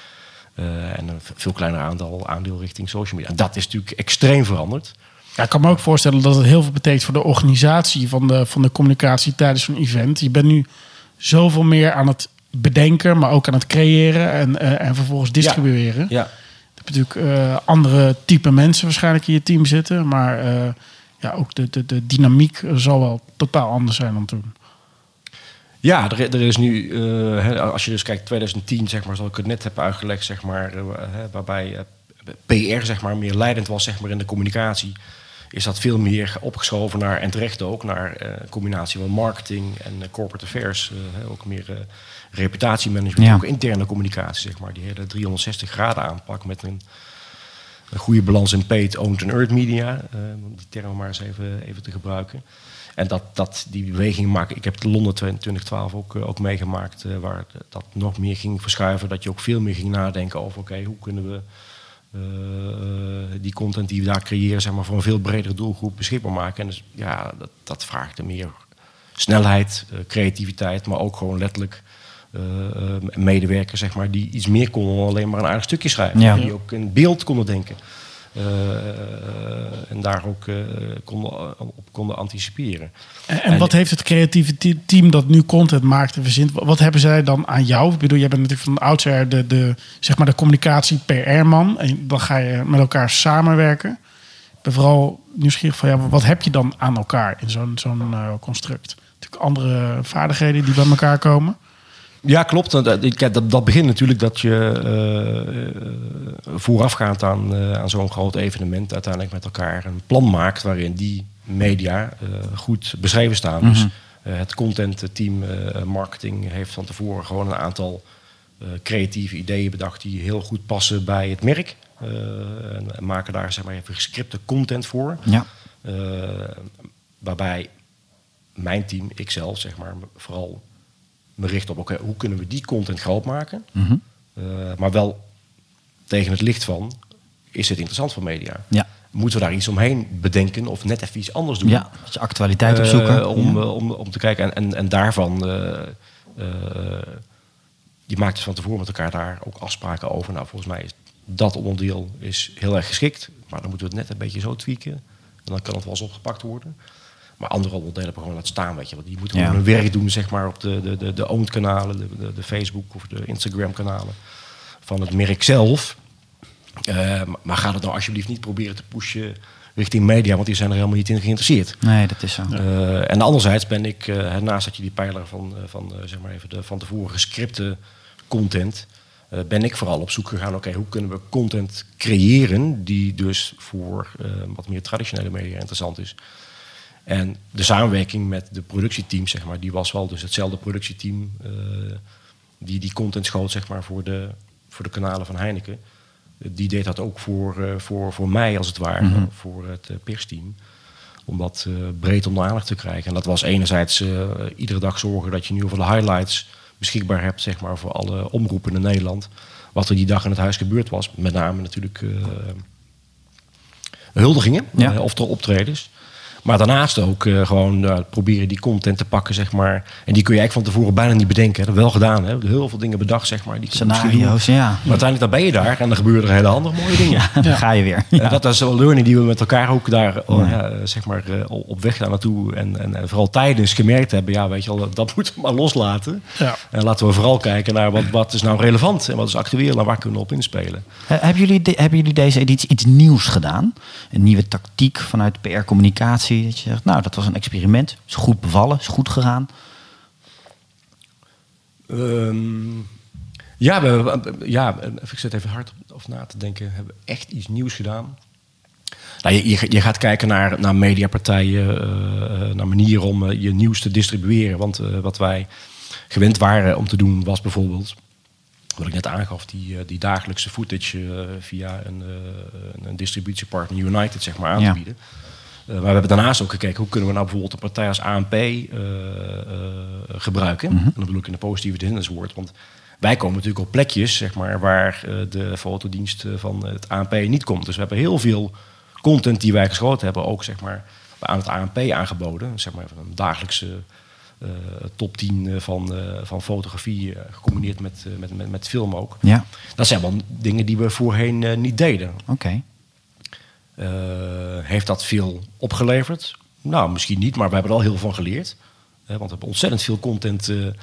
Uh, en een veel kleiner aandeel, aandeel richting social media. En dat is natuurlijk extreem veranderd. Ja, ik kan me ook voorstellen dat het heel veel betekent voor de organisatie van de, van de communicatie tijdens zo'n event. Je bent nu zoveel meer aan het bedenken, maar ook aan het creëren en, uh, en vervolgens distribueren. Ja. Ja. Je hebt natuurlijk uh, andere type mensen waarschijnlijk in je team zitten. Maar uh, ja, ook de, de, de dynamiek zal wel totaal anders zijn dan toen. Ja, er, er is nu, uh, als je dus kijkt, twintig tien, zeg maar, zoals ik het net heb uitgelegd, zeg maar, uh, waarbij uh, P R zeg maar, meer leidend was zeg maar, in de communicatie, is dat veel meer opgeschoven naar, en terecht ook, naar uh, een combinatie van marketing en uh, corporate affairs. Uh, ook meer uh, reputatiemanagement, ja. Ook interne communicatie, zeg maar, die hele driehonderdzestig graden aanpak met een, een goede balans in paid, owned en earned media, uh, om die termen maar eens even, even te gebruiken. En dat, dat die beweging maken. Ik heb het Londen twintig twaalf ook, ook meegemaakt, uh, waar dat nog meer ging verschuiven. Dat je ook veel meer ging nadenken over, oké, okay, hoe kunnen we uh, die content die we daar creëren, zeg maar, voor een veel bredere doelgroep beschikbaar maken. En dus, ja, dat, dat vraagt er meer snelheid, uh, creativiteit, maar ook gewoon letterlijk uh, uh, medewerkers, zeg maar, die iets meer konden dan alleen maar een aardig stukje schrijven. Ja. Die ook in beeld konden denken. Uh, en daar ook uh, konden, op konden anticiperen. En, en wat en, heeft het creatieve team dat nu content maakt en verzint, wat hebben zij dan aan jou? Ik bedoel, jij bent natuurlijk van oudsher de, de, zeg maar de communicatie P R-man. En dan ga je met elkaar samenwerken. Ik ben vooral nieuwsgierig van, ja, wat heb je dan aan elkaar in zo'n, zo'n uh, construct? Natuurlijk andere vaardigheden die bij elkaar komen. Ja, klopt. Dat, dat begint natuurlijk dat je uh, voorafgaand aan, uh, aan zo'n groot evenement uiteindelijk met elkaar een plan maakt waarin die media uh, goed beschreven staan. Mm-hmm. Dus uh, het contentteam uh, marketing heeft van tevoren gewoon een aantal uh, creatieve ideeën bedacht die heel goed passen bij het merk. Uh, en, en maken daar zeg maar even gescripte content voor. Ja. Uh, waarbij mijn team, ikzelf, zeg maar, vooral me richt op, oké, okay, hoe kunnen we die content groot maken? Mm-hmm. Uh, maar wel tegen het licht van, is het interessant voor media? Ja. Moeten we daar iets omheen bedenken of net even iets anders doen? Ja, dus actualiteit opzoeken. Uh, om, ja. om, om te kijken. En, en, en daarvan, uh, uh, je maakt dus van tevoren met elkaar daar ook afspraken over. Nou, volgens mij is dat onderdeel is heel erg geschikt. Maar dan moeten we het net een beetje zo tweaken. En dan kan het wel eens opgepakt worden. Maar andere onderdelen hebben we gewoon laten staan, weet je. Want die moeten gewoon ja. hun werk doen, zeg maar, op de, de, de, de owned kanalen, de, de, de Facebook of de Instagram kanalen van het merk zelf. Uh, maar ga het nou alsjeblieft niet proberen te pushen richting media, want die zijn er helemaal niet in geïnteresseerd. Nee, dat is zo. Uh, en anderzijds ben ik, uh, naast dat je die pijler van, van uh, zeg maar even de van tevoren gescripte content, uh, ben ik vooral op zoek gegaan, oké, okay, hoe kunnen we content creëren die dus voor uh, wat meer traditionele media interessant is. En de samenwerking met de productieteam, zeg maar, die was wel dus hetzelfde productieteam uh, die die content schoot, zeg maar, voor de, voor de kanalen van Heineken. Uh, die deed dat ook voor, uh, voor, voor mij, als het ware, mm-hmm. voor het uh, persteam. Om dat uh, breed onder aandacht te krijgen. En dat was enerzijds uh, iedere dag zorgen dat je nu over de highlights beschikbaar hebt, zeg maar, voor alle omroepen in Nederland. Wat er die dag in het huis gebeurd was. Met name natuurlijk uh, huldigingen, ja. uh, of de optredens. Maar daarnaast ook uh, gewoon uh, proberen die content te pakken, zeg maar. En die kun je eigenlijk van tevoren bijna niet bedenken. Dat hebben we wel gedaan, hè. Heel veel dingen bedacht, zeg maar. Die scenario's, ja. Maar uiteindelijk dan ben je daar en dan gebeuren er hele andere mooie dingen. Ja, dan ja. ga je weer. Ja. En dat is een learning die we met elkaar ook daar ja. Ja, zeg maar, uh, op weg daar naartoe. En, en, en vooral tijdens gemerkt hebben, ja, weet je wel, dat moeten we maar loslaten. Ja. En laten we vooral kijken naar wat, wat is nou relevant en wat is actueel en waar kunnen we op inspelen. Uh, hebben, jullie de, hebben jullie deze editie iets nieuws gedaan? Een nieuwe tactiek vanuit P R-communicatie? Dat je zegt, nou, dat was een experiment. Is goed bevallen, is goed gegaan. Um, ja, we, ja, ik zit even hard over na te denken. Hebben we echt iets nieuws gedaan? Nou, je, je, je gaat kijken naar, naar mediapartijen, uh, naar manieren om uh, je nieuws te distribueren. Want uh, wat wij gewend waren om te doen was bijvoorbeeld, wat ik net aangaf, die, die dagelijkse footage uh, via een, uh, een distributiepartner United, zeg maar, aan te ja. bieden. Uh, maar we hebben daarnaast ook gekeken, hoe kunnen we nou bijvoorbeeld een partij als A N P uh, uh, gebruiken. Mm-hmm. En dat bedoel ik in een positieve zinneswoord. Want wij komen natuurlijk op plekjes, zeg maar, waar uh, de fotodienst van het A N P niet komt. Dus we hebben heel veel content die wij geschoten hebben, ook, zeg maar, aan het A N P aangeboden. Zeg maar een dagelijkse uh, top tien van, uh, van fotografie, uh, gecombineerd met, uh, met, met, met film ook. Ja. Dat zijn wel dingen die we voorheen uh, niet deden. Oké. Okay. Uh, heeft dat veel opgeleverd? Nou, misschien niet, maar we hebben er al heel veel van geleerd. Uh, want we hebben ontzettend veel content uh,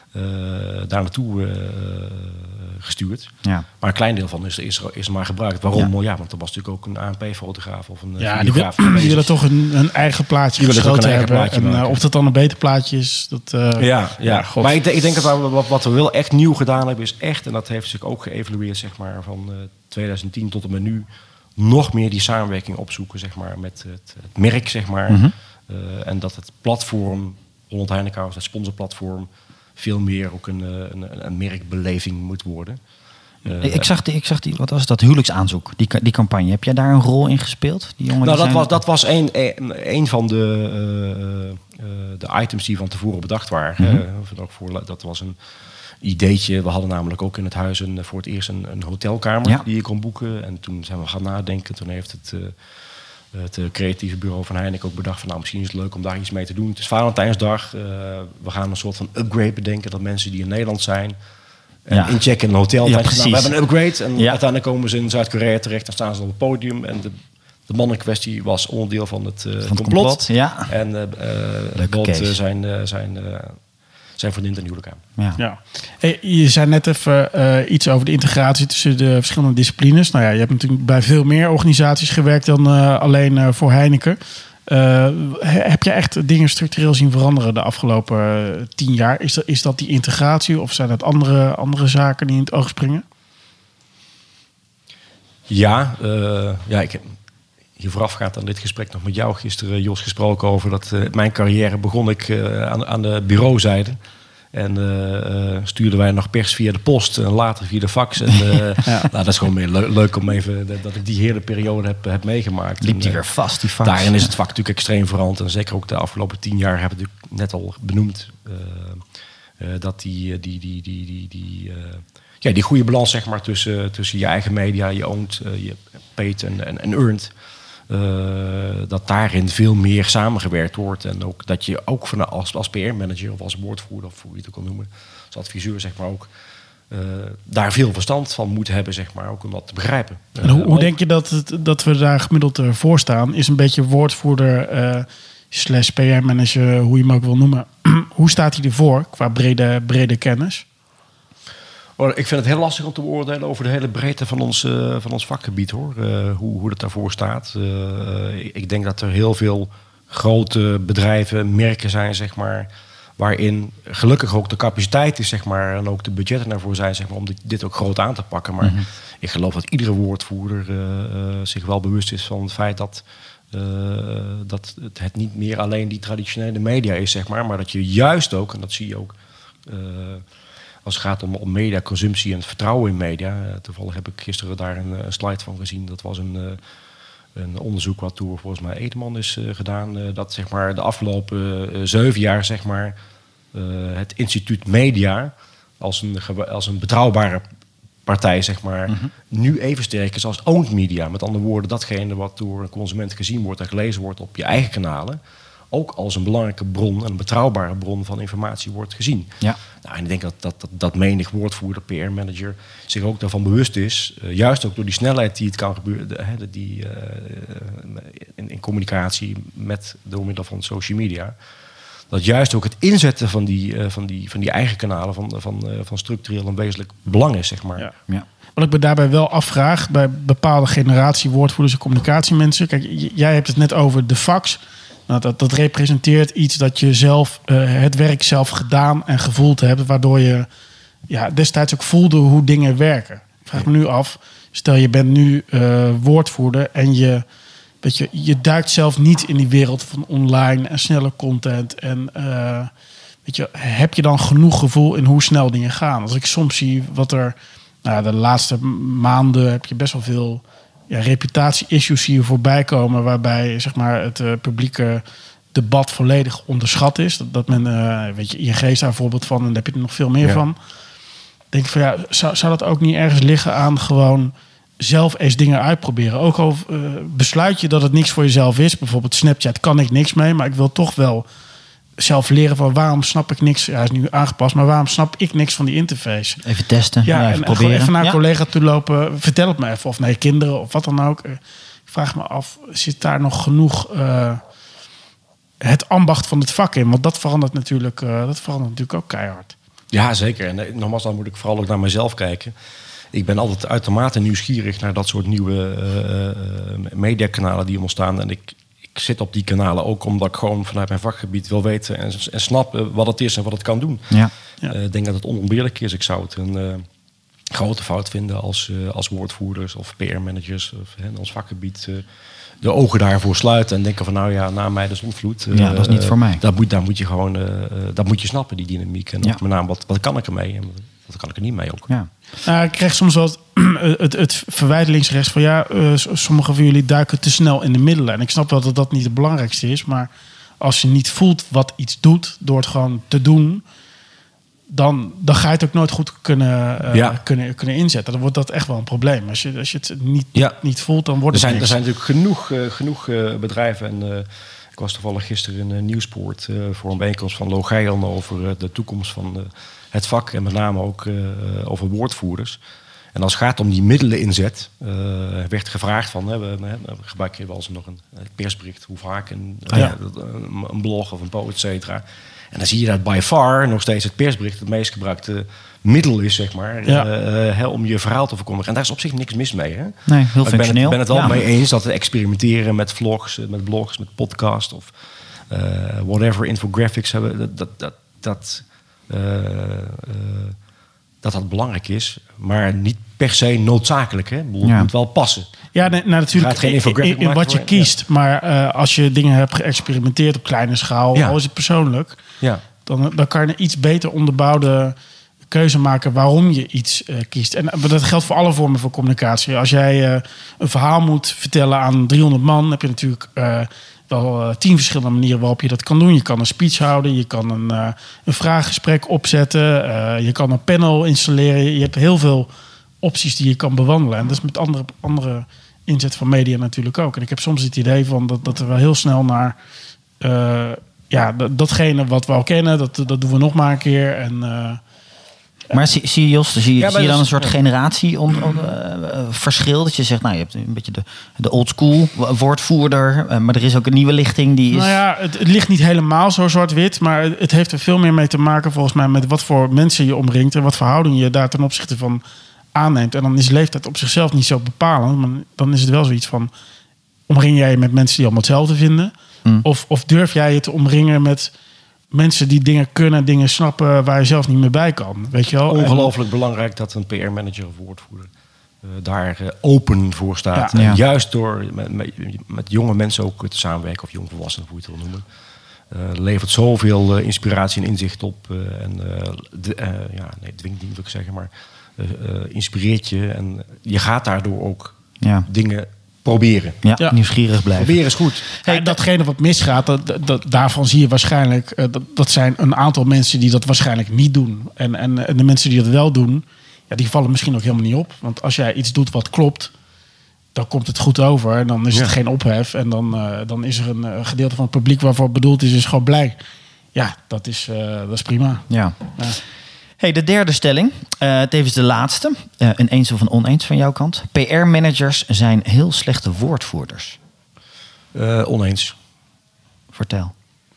uh, daar naartoe uh, gestuurd. Ja. Maar een klein deel van is, is, is maar gebruikt. Waarom? Ja. ja, want er was natuurlijk ook een A N P-fotograaf of een ja, die, wil, die willen toch een, een eigen plaatje die willen ook een eigen hebben. Plaatje en, uh, of dat dan een beter plaatje is, dat... Uh, ja, ja. ja maar ik, ik denk dat we, wat, wat we wel echt nieuw gedaan hebben, is echt, en dat heeft zich ook geëvalueerd, zeg maar, van uh, twintig tien tot en met nu, nog meer die samenwerking opzoeken, zeg maar, met het, het merk, zeg maar. Mm-hmm. Uh, en dat het platform, Holland Heinekenhuis, het sponsorplatform, veel meer ook een, een, een merkbeleving moet worden. Uh, ik, zag die, ik zag die, wat was dat, huwelijksaanzoek, die, die campagne. Heb jij daar een rol in gespeeld? Die jongen nou, die dat, zijn... was, dat was een, een, een van de, uh, uh, de items die van tevoren bedacht waren. Mm-hmm. Uh, ook voor, dat was een ideetje. We hadden namelijk ook in het huis een, voor het eerst een, een hotelkamer ja. die je kon boeken. En toen zijn we gaan nadenken. Toen heeft het... Uh, Het creatieve bureau van Heineken ook bedacht van nou, misschien is het leuk om daar iets mee te doen. Het is Valentijnsdag. Uh, we gaan een soort van upgrade bedenken dat mensen die in Nederland zijn en ja. inchecken in een hotel. Ja, nou, we hebben een upgrade en ja. uiteindelijk komen ze in Zuid-Korea terecht en staan ze op het podium. En de, de man in kwestie was onderdeel van het, uh, van het complot. complot. Ja. En uh, uh, bood uh, zijn, uh, zijn, uh, zijn vriendin ten huwelijk aan. Ja. Ja. Hey, je zei net even uh, iets over de integratie tussen de verschillende disciplines. Nou ja, je hebt natuurlijk bij veel meer organisaties gewerkt dan uh, alleen uh, voor Heineken. Uh, heb je echt dingen structureel zien veranderen de afgelopen uh, tien jaar? Is dat, is dat die integratie of zijn dat andere, andere zaken die in het oog springen? Ja, uh, ja ik heb hier voorafgaand aan dit gesprek nog met jou gisteren, Jos, gesproken over dat uh, mijn carrière begon ik uh, aan, aan de bureauzijde. En uh, uh, stuurden wij nog pers via de post en later via de fax. En, uh, ja. nou, dat is gewoon meer le- leuk om even de, dat ik die hele periode heb, heb meegemaakt. Liep die en, weer vast, die fax? Daarin is het vak natuurlijk extreem veranderd. En zeker ook de afgelopen tien jaar hebben we natuurlijk net al benoemd uh, uh, dat die, die, die, die, die, die, uh, ja, die goede balans zeg maar, tussen, tussen je eigen media, je owned, uh, je paid en, en, en earned. Uh, dat daarin veel meer samengewerkt wordt. En ook dat je ook van als, als P R-manager of als woordvoerder, of hoe je het ook kan noemen, als adviseur, zeg maar ook, uh, daar veel verstand van moet hebben, zeg maar, ook om dat te begrijpen. Uh, en hoe, hoe denk je dat, het, dat we daar gemiddeld uh, voor staan? Is een beetje woordvoerder uh, slash P R-manager, hoe je hem ook wil noemen. Hoe staat hij ervoor qua brede, brede kennis? Oh, ik vind het heel lastig om te beoordelen over de hele breedte van ons, uh, van ons vakgebied, hoor. Uh, hoe, hoe het daarvoor staat. Uh, ik denk dat er heel veel grote bedrijven, merken zijn, zeg maar, waarin gelukkig ook de capaciteit is, zeg maar, en ook de budgetten ervoor zijn, zeg maar, om dit, dit ook groot aan te pakken. Maar mm-hmm. ik geloof dat iedere woordvoerder uh, uh, zich wel bewust is van het feit dat, uh, dat het, het niet meer alleen die traditionele media is, zeg maar, maar dat je juist ook, en dat zie je ook, uh, als het gaat om, om mediaconsumptie en het vertrouwen in media. Uh, toevallig heb ik gisteren daar een, een slide van gezien. Dat was een, uh, een onderzoek wat door volgens mij Edelman is uh, gedaan. Uh, dat zeg maar de afgelopen uh, zeven jaar zeg maar, uh, het instituut media als een, als een betrouwbare partij zeg maar, mm-hmm. nu even sterk is als owned media. Met andere woorden, datgene wat door een consument gezien wordt en gelezen wordt op je eigen kanalen, ook als een belangrijke bron, een betrouwbare bron van informatie wordt gezien. Ja. Nou, en ik denk dat, dat, dat, dat menig woordvoerder, P R-manager zich ook daarvan bewust is. Uh, juist ook door die snelheid die het kan gebeuren, de, de, die, uh, in, in communicatie met door middel van social media. Dat juist ook het inzetten van die, uh, van die, van die eigen kanalen van, van, uh, van structureel een wezenlijk belang is, zeg maar. Ja. Ja. Wat ik me daarbij wel afvraag, bij bepaalde generatie woordvoerders en communicatiemensen. Kijk, j- jij hebt het net over de fax. Nou, dat, dat representeert iets dat je zelf uh, het werk zelf gedaan en gevoeld hebt, waardoor je ja, destijds ook voelde hoe dingen werken. Ik vraag me nu af, stel je bent nu uh, woordvoerder en je, weet je, je duikt zelf niet in die wereld van online en snelle content. En uh, weet je, heb je dan genoeg gevoel in hoe snel dingen gaan? Als ik soms zie wat er, nou, de laatste maanden heb je best wel veel ja, reputatie-issues hier voorbij komen, waarbij zeg maar, het uh, publieke debat volledig onderschat is. Dat, dat men, uh, weet je, I N G is daar een voorbeeld van en daar heb je er nog veel meer ja. van. Denk ik van ja, zou, zou dat ook niet ergens liggen aan gewoon zelf eens dingen uitproberen? Ook al uh, besluit je dat het niks voor jezelf is. Bijvoorbeeld Snapchat kan ik niks mee, maar ik wil toch wel zelf leren van waarom snap ik niks. Ja, hij is nu aangepast, maar waarom snap ik niks van die interface? Even testen, ja, ja, even en proberen. Even naar een ja. collega toe lopen. Vertel het me even. Of nee, kinderen of wat dan ook. Ik vraag me af, zit daar nog genoeg uh, het ambacht van het vak in? Want dat verandert natuurlijk, uh, dat verandert natuurlijk ook keihard. Ja, zeker. En uh, nogmaals, dan moet ik vooral ook naar mezelf kijken. Ik ben altijd uitermate nieuwsgierig naar dat soort nieuwe uh, uh, mediakanalen die ontstaan. En ik, ik zit op die kanalen ook omdat ik gewoon vanuit mijn vakgebied wil weten en, en snap uh, wat het is en wat het kan doen. Ja. Ja. Uh, ik denk dat het onontbeerlijk is. Ik zou het een uh, grote fout vinden als, uh, als woordvoerders of P R-managers of uh, in ons vakgebied uh, de ogen daarvoor sluiten en denken van nou ja, na mij de zondvloed. Uh, Ja, dat is niet voor mij. Dat moet, daar moet je gewoon, uh, dat moet je snappen, die dynamiek. En Ja. ook met name, wat, wat kan ik ermee en wat kan ik er niet mee ook. Ja. Nou, ik krijg soms wel het, het, het verwijt links-rechts van ja, uh, sommigen van jullie duiken te snel in de middelen. En ik snap wel dat dat niet het belangrijkste is, maar als je niet voelt wat iets doet door het gewoon te doen, dan, dan ga je het ook nooit goed kunnen, uh, Ja. kunnen, kunnen inzetten. Dan wordt dat echt wel een probleem. Als je, als je het niet, Ja. niet voelt, dan wordt Er het zijn, er niks. zijn natuurlijk genoeg, uh, genoeg uh, bedrijven. En uh, ik was toevallig gisteren in uh, Nieuwsport uh, voor een bijeenkomst van Logion over uh, de toekomst van uh, het vak. En met name ook uh, over woordvoerders. En als het gaat om die middelen inzet, uh, werd gevraagd van, hè, we, we gebruiken wel eens nog een persbericht, hoe vaak, een, Ah, ja. een, een blog of een post, et cetera. En dan zie je dat by far nog steeds het persbericht het meest gebruikte middel is, zeg maar, Ja. uh, uh, om je verhaal te verkondigen. En daar is op zich niks mis mee. Hè? Nee, heel Maar ik ben het, functioneel. ben het wel Ja. mee eens dat we experimenteren met vlogs, met blogs, met podcast of uh, whatever, infographics hebben. Dat dat, dat, dat, uh, uh, dat dat belangrijk is, maar niet per se noodzakelijk. Hè? Ik bedoel, Ja. Het moet wel passen. Ja, nee, nou, natuurlijk Gaat geen in, infographic in, in maken wat je voor- kiest. Maar uh, als je dingen hebt geëxperimenteerd op kleine schaal, Ja. al is het persoonlijk, Ja. dan, dan kan je een iets beter onderbouwde keuze maken waarom je iets uh, kiest. En uh, dat geldt voor alle vormen van communicatie. Als jij uh, een verhaal moet vertellen aan driehonderd man, heb je natuurlijk uh, wel uh, tien verschillende manieren waarop je dat kan doen. Je kan een speech houden, je kan een, uh, een vraaggesprek opzetten, uh, je kan een panel installeren. Je hebt heel veel opties die je kan bewandelen. En dat is met andere, andere inzet van media natuurlijk ook. En ik heb soms het idee van dat, dat er wel heel snel naar uh, ja, dat, datgene wat we al kennen, dat, dat doen we nog maar een keer. En uh, Maar zie, zie je, Jos, zie je, Ja, maar zie je dan dat een is- soort generatie on, on, uh, verschil? Dat je zegt, nou, je hebt een beetje de, de old school woordvoerder, uh, maar er is ook een nieuwe lichting die is... nou ja, het, het ligt niet helemaal zo zwart-wit, maar het, het heeft er veel meer mee te maken volgens mij met wat voor mensen je omringt en wat verhouding je daar ten opzichte van aanneemt. En dan is leeftijd op zichzelf niet zo bepalend, maar dan is het wel zoiets van, omring jij je met mensen die allemaal hetzelfde vinden? Mm. Of, of durf jij je te omringen met mensen die dingen kunnen, dingen snappen waar je zelf niet meer bij kan? Weet je wel? En- Ongelooflijk belangrijk dat een P R-manager of woordvoerder uh, daar uh, open voor staat. Ja. En Ja. juist door met, met, met jonge mensen ook te samenwerken, of jongvolwassenen, hoe je het wil noemen. Uh, levert zoveel uh, inspiratie en inzicht op. Uh, en uh, de, uh, ja, nee, dwingt niet, wil ik zeggen, maar uh, uh, inspireert je. En je gaat daardoor ook Ja. dingen proberen. Ja, Ja. nieuwsgierig blijven. Proberen is goed. Hey, datgene wat misgaat, dat, dat, dat- daarvan zie je waarschijnlijk... eh, dat, dat zijn een aantal mensen die dat waarschijnlijk niet doen. En, en, en de mensen die dat wel doen, ja, die vallen misschien ook helemaal niet op. Want als jij iets doet wat klopt, dan komt het goed over. En dan is het Ja. geen ophef. En dan, eh, dan is er een eh, gedeelte van het publiek waarvoor het bedoeld is, is gewoon blij. Ja, dat is, eh, dat is prima. Ja. Ja. Hey, de derde stelling, uh, tevens de laatste, uh, een eens of een oneens van jouw kant. P R-managers zijn heel slechte woordvoerders. Uh, oneens. Vertel.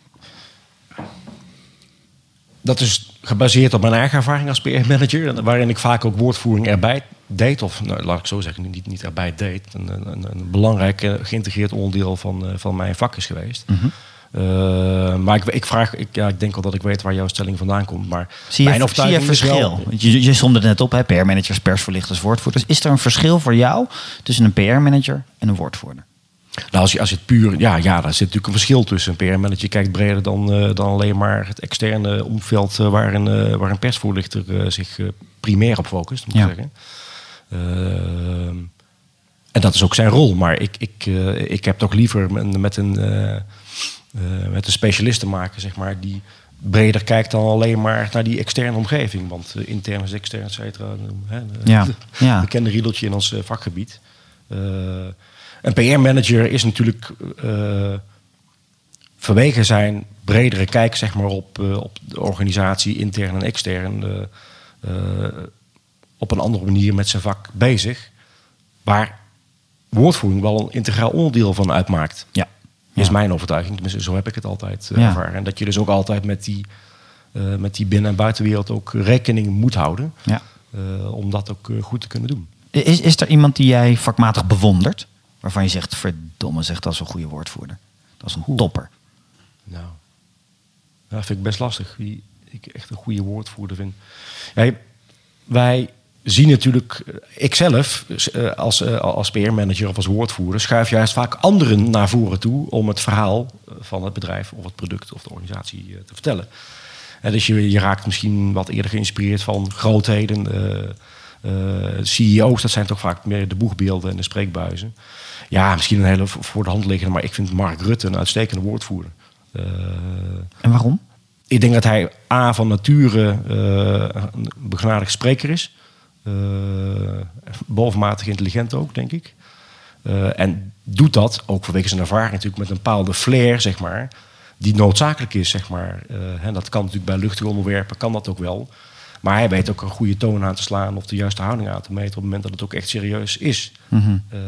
Dat is gebaseerd op mijn eigen ervaring als P R-manager, waarin ik vaak ook woordvoering erbij deed, of nou, laat ik zo zeggen, niet, niet erbij deed. Een, een, een belangrijk uh, geïntegreerd onderdeel van, uh, van mijn vak is geweest. Mm-hmm. Uh, maar ik, ik vraag, ik, ja, ik denk wel dat ik weet waar jouw stelling vandaan komt. Maar Zie je, mijn zie je overtuiging is verschil? wel- Want Je, je somde het net op, hè? P R-managers, persverlichters, woordvoerders. Is er een verschil voor jou tussen een P R-manager en een woordvoerder? Nou, als je, als je het puur, ja, ja, daar zit natuurlijk een verschil tussen. Een P R-manager kijkt breder dan, uh, dan alleen maar het externe omveld uh, waar, een, uh, waar een persvoorlichter uh, zich uh, primair op focust, moet ik Ja. zeggen. Uh, en dat is ook zijn rol. Maar ik, ik, uh, ik heb toch liever met, met een, uh, uh, met een specialist te maken, zeg maar, die breder kijkt dan alleen maar naar die externe omgeving. Want uh, intern is extern, et cetera. Uh, Ja, ja. bekende riedeltje in ons uh, vakgebied. Uh, Een P R-manager is natuurlijk uh, vanwege zijn bredere kijk, zeg maar, op, uh, op de organisatie, intern en extern, uh, uh, op een andere manier met zijn vak bezig. Waar woordvoering wel een integraal onderdeel van uitmaakt. Ja. Is Ja. mijn overtuiging. Tenminste, zo heb ik het altijd uh, Ja. ervaren. En dat je dus ook altijd met die uh, met die binnen- en buitenwereld ook rekening moet houden. Ja. Uh, om dat ook uh, goed te kunnen doen. Is, is er iemand die jij vakmatig bewondert? Waarvan je zegt, verdomme zeg, dat is een goede woordvoerder. Dat is een Oeh. topper. Nou, dat vind ik best lastig. Wie ik echt een goede woordvoerder vind. Ja, wij zien natuurlijk, ikzelf als, als P R-manager of als woordvoerder, schuif juist vaak anderen naar voren toe om het verhaal van het bedrijf of het product of de organisatie te vertellen. En dus je, je raakt misschien wat eerder geïnspireerd van grootheden. Uh, uh, C E O's, dat zijn toch vaak meer de boegbeelden en de spreekbuizen. Ja, misschien een hele voor de hand liggende, maar ik vind Mark Rutte een uitstekende woordvoerder. Uh, en waarom? Ik denk dat hij A, van nature uh, een begnadigd spreker is. Uh, bovenmatig intelligent ook, denk ik. Uh, en doet dat, ook vanwege zijn ervaring natuurlijk, met een bepaalde flair, zeg maar, die noodzakelijk is, zeg maar. Uh, en dat kan natuurlijk bij luchtige onderwerpen, kan dat ook wel. Maar hij weet ook een goede toon aan te slaan of de juiste houding aan te meten op het moment dat het ook echt serieus is. Mm-hmm. Uh,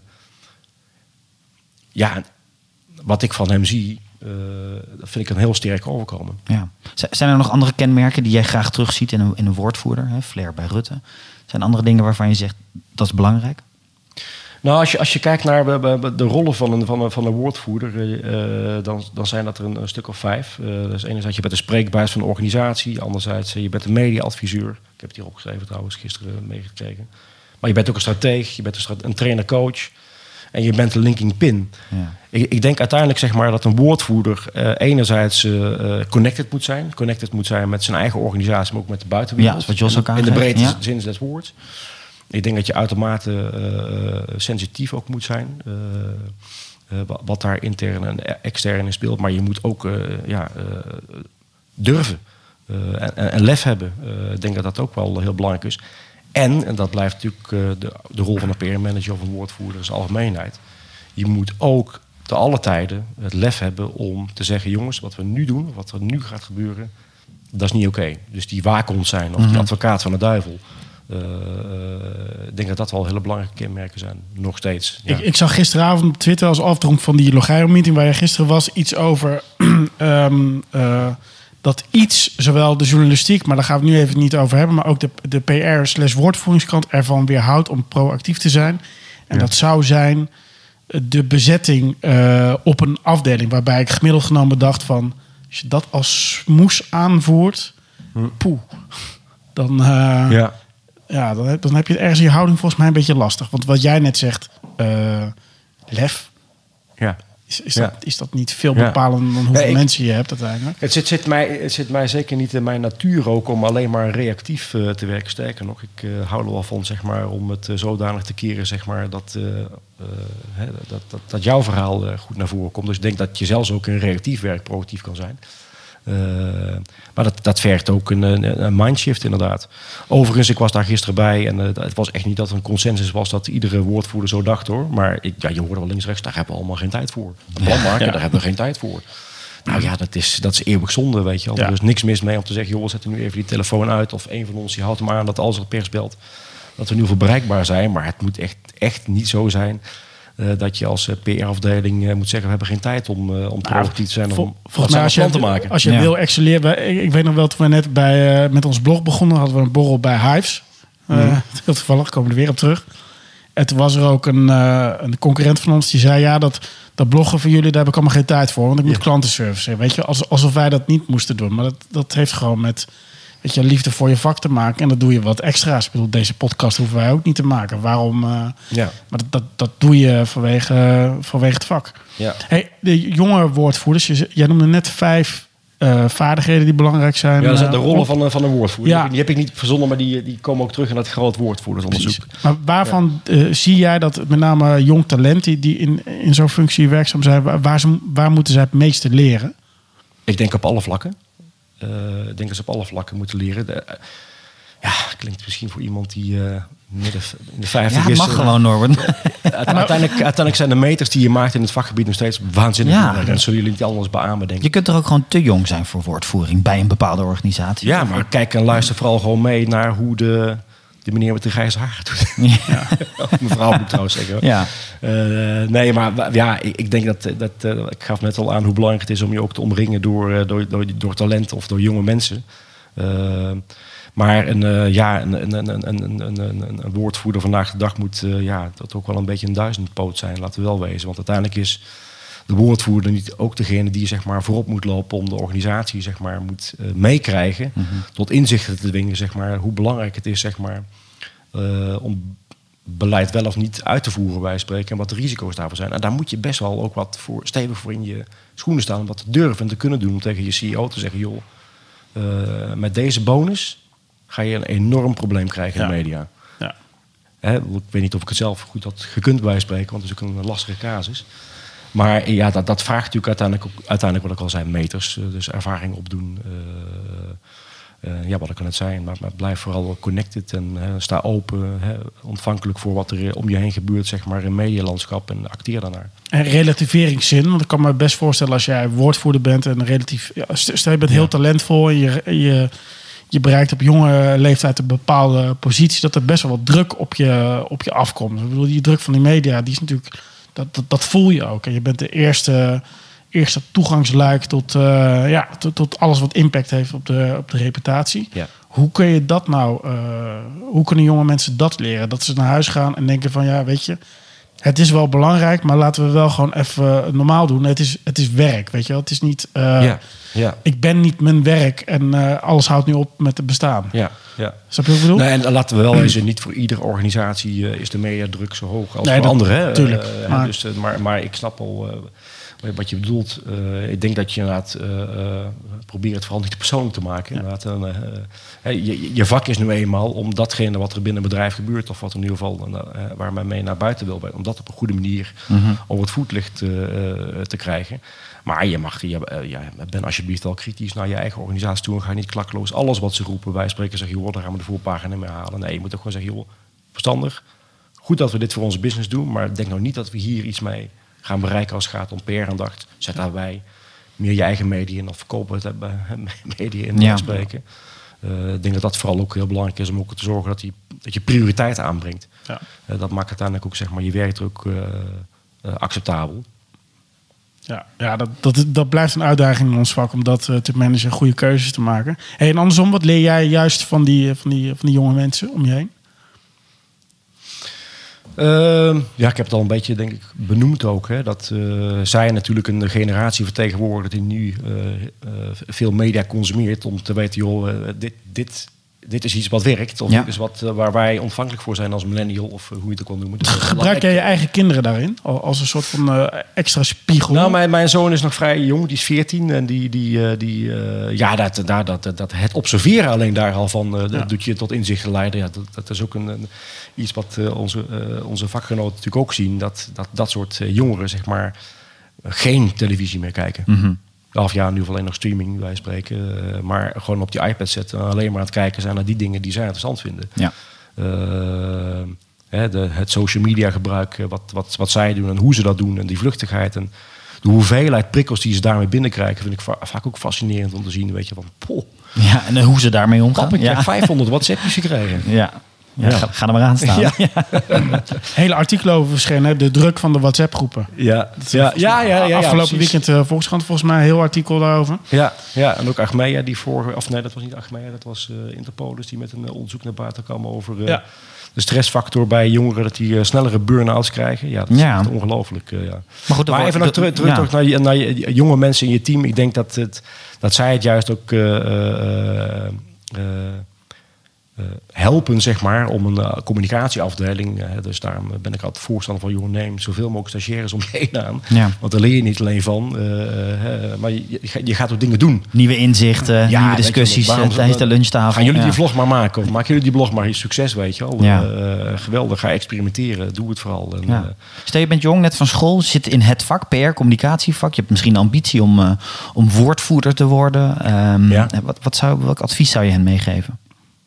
ja, wat ik van hem zie, uh, dat vind ik een heel sterk overkomen. Ja. Zijn er nog andere kenmerken die jij graag terugziet in een, in een woordvoerder? Hè? Flair bij Rutte. Zijn er andere dingen waarvan je zegt, dat is belangrijk? Nou, als je, als je kijkt naar de rollen van een, van een, van een woordvoerder, uh, dan, dan zijn dat er een, een stuk of vijf. Uh, dus enerzijds, je bent een spreekbuis van een organisatie. Anderzijds, je bent een media-adviseur. Ik heb het hier opgeschreven trouwens, gisteren meegekregen. Maar je bent ook een strateeg, je bent een, strate- een trainer-coach. En je bent een linking pin. Ja. Ik, ik denk uiteindelijk, zeg maar, dat een woordvoerder uh, enerzijds uh, connected moet zijn. Connected moet zijn met zijn eigen organisatie, maar ook met de buitenwereld. Ja, wat Jos ook aangeeft. In de breedte ja. zin des woords. Ik denk dat je uitermate uh, sensitief ook moet zijn. Uh, uh, wat daar intern en extern in speelt. Maar je moet ook uh, ja, uh, durven. Uh, en, en lef hebben. Uh, ik denk dat dat ook wel heel belangrijk is. En, en dat blijft natuurlijk uh, de, de rol van een P R-manager of een woordvoerder in zijn algemeenheid. Je moet ook te alle tijden het lef hebben om te zeggen, jongens, wat we nu doen, wat er nu gaat gebeuren, dat is niet oké. Okay. Dus die waakhond zijn of mm-hmm. die advocaat van de duivel. Uh, uh, ik denk dat dat wel hele belangrijke kenmerken zijn. Nog steeds. Ja. Ik, ik zag gisteravond op Twitter als afdronk van die Logio-meeting waar je gisteren was, iets over um, uh, dat iets, zowel de journalistiek, maar daar gaan we het nu even niet over hebben, maar ook de, de P R slash woordvoeringskant ervan weerhoudt om proactief te zijn. En ja. dat zou zijn de bezetting uh, op een afdeling, waarbij ik gemiddeld genomen dacht van, als je dat als smoes aanvoert, hm. poeh, dan... Uh, ja. Ja, dan heb, dan heb je ergens in je houding volgens mij een beetje lastig. Want wat jij net zegt, uh, lef. Ja. Is, is, ja. dat, is dat niet veel bepalender dan hoeveel ja, ik, mensen je hebt uiteindelijk? Het zit, zit, mij, het zit mij zeker niet in mijn natuur ook om alleen maar reactief uh, te werken. Sterker nog, ik uh, hou er wel van, zeg maar, om het uh, zodanig te keren, zeg maar, dat, uh, uh, hè, dat, dat, dat jouw verhaal uh, goed naar voren komt. Dus ik denk dat je zelfs ook in reactief werk proactief kan zijn. Uh, maar dat, dat vergt ook een, een, een mindshift inderdaad. Overigens, ik was daar gisteren bij en uh, het was echt niet dat er een consensus was dat iedere woordvoerder zo dacht hoor. Maar ik, ja, je hoorde wel links rechts, daar hebben we allemaal geen tijd voor. Een plan maken, ja. daar hebben we geen tijd voor. Nou ja, dat is, dat is eeuwig zonde, weet je wel. Ja. Er is niks mis mee om te zeggen, joh, we zetten nu even die telefoon uit. Of een van ons die houdt hem aan dat als er pers belt, dat we nu veel bereikbaar zijn. Maar het moet echt, echt niet zo zijn Uh, dat je als uh, P R-afdeling uh, moet zeggen, we hebben geen tijd om, uh, om proactief te zijn. Om volgens mij als je, te maken. Als je ja. wil excelleren. Ik, ik weet nog wel, toen we net bij, uh, met ons blog begonnen, hadden we een borrel bij Hives. Uh, mm. Heel toevallig, komen we er weer op terug. En toen was er ook een, uh, een concurrent van ons die zei, ja, dat, dat bloggen van jullie, daar heb ik allemaal geen tijd voor. Want ik moet ja. klantenservice. Weet je, alsof wij dat niet moesten doen. Maar dat, dat heeft gewoon met, weet je, liefde voor je vak te maken. En dat doe je wat extra's. Ik bedoel, deze podcast hoeven wij ook niet te maken. Waarom? Uh, ja. Maar dat, dat, dat doe je vanwege, uh, vanwege het vak. Ja. Hey, de jonge woordvoerders, je, jij noemde net vijf uh, vaardigheden die belangrijk zijn. Ja, dat zijn de rollen uh, van, van een woordvoerder. Ja. Die heb ik niet verzonnen, maar die, die komen ook terug in dat groot woordvoerdersonderzoek. Precies. Maar waarvan ja. uh, zie jij dat met name jong talent die, die in, in zo'n functie werkzaam zijn, waar, waar, ze, waar moeten zij het meeste leren? Ik denk op alle vlakken. Uh, ik denk dat ze op alle vlakken moeten leren. De, uh, ja, klinkt misschien voor iemand die uh, midden in de vijftig ja, is. Ja, mag uh, gewoon, Norbert. Uh, uiteindelijk, uiteindelijk zijn de meters die je maakt in het vakgebied nog steeds waanzinnig. Ja. Dat zullen jullie niet anders beamen, denk ik. Je kunt er ook gewoon te jong zijn voor woordvoering bij een bepaalde organisatie. Ja, maar kijk en luister vooral gewoon mee naar hoe de, die meneer met de grijze haar doet. Ja. Of mevrouw moet ik trouwens zeggen. Ja. Uh, nee, maar ja, ik, ik denk dat... dat uh, ik gaf net al aan hoe belangrijk het is om je ook te omringen door, uh, door, door, door talent of door jonge mensen. Uh, maar een, uh, ja, een, een, een, een, een, een, een woordvoerder vandaag de dag moet uh, ja, dat ook wel een beetje een duizendpoot zijn, laten we wel wezen. Want uiteindelijk is de woordvoerder niet ook degene die zeg maar, voorop moet lopen om de organisatie zeg maar, moet uh, meekrijgen. Mm-hmm. Tot inzichten te dwingen, zeg maar, hoe belangrijk het is zeg maar, uh, om beleid wel of niet uit te voeren, bij spreken, en wat de risico's daarvoor zijn. En daar moet je best wel ook wat voor, stevig voor in je schoenen staan om dat te durven en te kunnen doen. Om tegen je C E O te zeggen, joh, uh, met deze bonus ga je een enorm probleem krijgen in ja. de media. Ja. Hè, ik weet niet of ik het zelf goed had gekund bijspreken, want het is ook een lastige casus. Maar ja, dat, dat vraagt natuurlijk uiteindelijk, ook, uiteindelijk wat ik al zei, meters. Dus ervaring opdoen. Uh, uh, ja, wat ik al net zei. Maar, maar blijf vooral connected en uh, sta open. Uh, ontvankelijk voor wat er om je heen gebeurt, zeg maar, in medialandschap. En acteer daarnaar. En relativeringszin, want ik kan me best voorstellen als jij woordvoerder bent en relatief, ja, stel je bent heel ja. talentvol en je, je, je bereikt op jonge leeftijd een bepaalde positie, dat er best wel wat druk op je, op je afkomt. Ik bedoel, die druk van die media, die is natuurlijk, dat, dat, dat voel je ook. En je bent de eerste, eerste toegangsluik tot, uh, ja, tot, tot alles wat impact heeft op de, op de reputatie. Ja. Hoe kun je dat nou, uh, hoe kunnen jonge mensen dat leren? Dat ze naar huis gaan en denken van, ja, weet je, het is wel belangrijk, maar laten we wel gewoon even normaal doen. Het is, het is werk, weet je wel. Het is niet, uh, ja, ja. ik ben niet mijn werk en uh, alles houdt nu op met het bestaan. Ja, ja. Snap je wat ik bedoel? Nee, en laten we wel eens, niet voor iedere organisatie uh, is de mediadruk zo hoog als nee, voor dat, anderen. Tuurlijk. Uh, maar. Dus, uh, maar, maar ik snap al uh, wat je bedoelt. Uh, ik denk dat je inderdaad uh, uh, probeert het vooral niet te persoonlijk te maken. Ja. Inderdaad, uh, uh, je, je vak is nu eenmaal om datgene wat er binnen een bedrijf gebeurt, of wat in ieder geval uh, waar men mee naar buiten wil, om dat op een goede manier mm-hmm. over het voetlicht uh, uh, te krijgen. Maar je mag, je, uh, ja, ben alsjeblieft wel kritisch naar je eigen organisatie toe en ga niet klakkeloos alles wat ze roepen. Wij spreken zeggen, joh, daar gaan we de voorpagina mee halen. Nee, je moet ook gewoon zeggen, joh, verstandig. Goed dat we dit voor onze business doen, maar denk nou niet dat we hier iets mee gaan bereiken als het gaat om P R-aandacht. Zet daarbij meer je eigen media in of verkopen het bij media in ja. spreken. Uh, ik denk dat dat vooral ook heel belangrijk is om ook te zorgen dat, die, dat je prioriteiten aanbrengt. Ja. Uh, dat maakt uiteindelijk ook zeg maar, je werkdruk uh, uh, acceptabel. Ja, ja dat, dat, dat blijft een uitdaging in ons vak om dat uh, te managen, goede keuzes te maken. Hey, en andersom, wat leer jij juist van die, van die, van die jonge mensen om je heen? Uh, ja, ik heb het al een beetje, denk ik, benoemd ook. Hè, dat uh, zij natuurlijk een generatie vertegenwoordigen die nu uh, uh, veel media consumeert. Om te weten, joh, uh, dit, dit, dit is iets wat werkt. Of ja. dit is wat, uh, waar wij ontvankelijk voor zijn als millennial. Of uh, hoe je het ook wil noemen. Dus gebruik jij je eigen kinderen daarin? Als een soort van uh, extra spiegel? Nou, mijn, mijn zoon is nog vrij jong. Die is veertien. En die, die, uh, die uh, ja, dat, dat, dat, dat, het observeren alleen daar al van uh, ja. dat doet je tot inzicht leiden. Ja, dat, dat is ook een, een iets wat uh, onze, uh, onze vakgenoten natuurlijk ook zien. Dat dat, dat soort uh, jongeren, zeg maar, uh, geen televisie meer kijken. Mm-hmm. Of ja, nu alleen nog streaming, wij spreken. Uh, maar gewoon op die iPad zetten en alleen maar aan het kijken zijn naar die dingen die zij interessant vinden. Ja. Uh, hè, de, het social media gebruik, wat, wat, wat zij doen en hoe ze dat doen. En die vluchtigheid en de hoeveelheid prikkels die ze daarmee binnenkrijgen, vind ik va- vaak ook fascinerend om te zien. Weet je, van, poh. Ja, en hoe ze daarmee omgaan. Pap, ik ja. heb vijfhonderd WhatsAppjes gekregen. Ja. Ja, ja. Ga, ga er maar aan staan. Ja. Ja. Hele artikelen over verschenen, de druk van de WhatsApp-groepen. Ja, ja, ja, ja, ja. Afgelopen ja, weekend uh, Volkskrant volgens mij een heel artikel daarover. Ja, ja, en ook Achmea die vorige, of nee, dat was niet Achmea, dat was uh, Interpolis die met een uh, onderzoek naar buiten kwam over uh, ja. de stressfactor bij jongeren, dat die uh, snellere burn-outs krijgen. Ja, dat is ja. ongelooflijk. Uh, ja. Maar, goed, maar even nog terug, terug ja. naar, je, naar je, jonge mensen in je team. Ik denk dat, het, dat zij het juist ook Uh, uh, uh, Uh, helpen, zeg maar, om een uh, communicatieafdeling. Uh, dus daarom ben ik altijd voorstander van, joh, neem zoveel mogelijk stagiaires om je heen aan. Ja. Want daar leer je niet alleen van. Uh, uh, maar je, je gaat ook dingen doen. Nieuwe inzichten, ja, nieuwe discussies je, tijdens de lunchtafel. Gaan jullie ja. die vlog maar maken? Of maken jullie die blog maar een succes, weet je wel? Ja. Uh, geweldig, ga experimenteren. Doe het vooral. En, ja. uh, Stel, je bent jong, net van school, zit in het vak, P R, communicatievak. Je hebt misschien de ambitie om, uh, om woordvoerder te worden. Um, ja. wat, wat zou, welk advies zou je hen meegeven?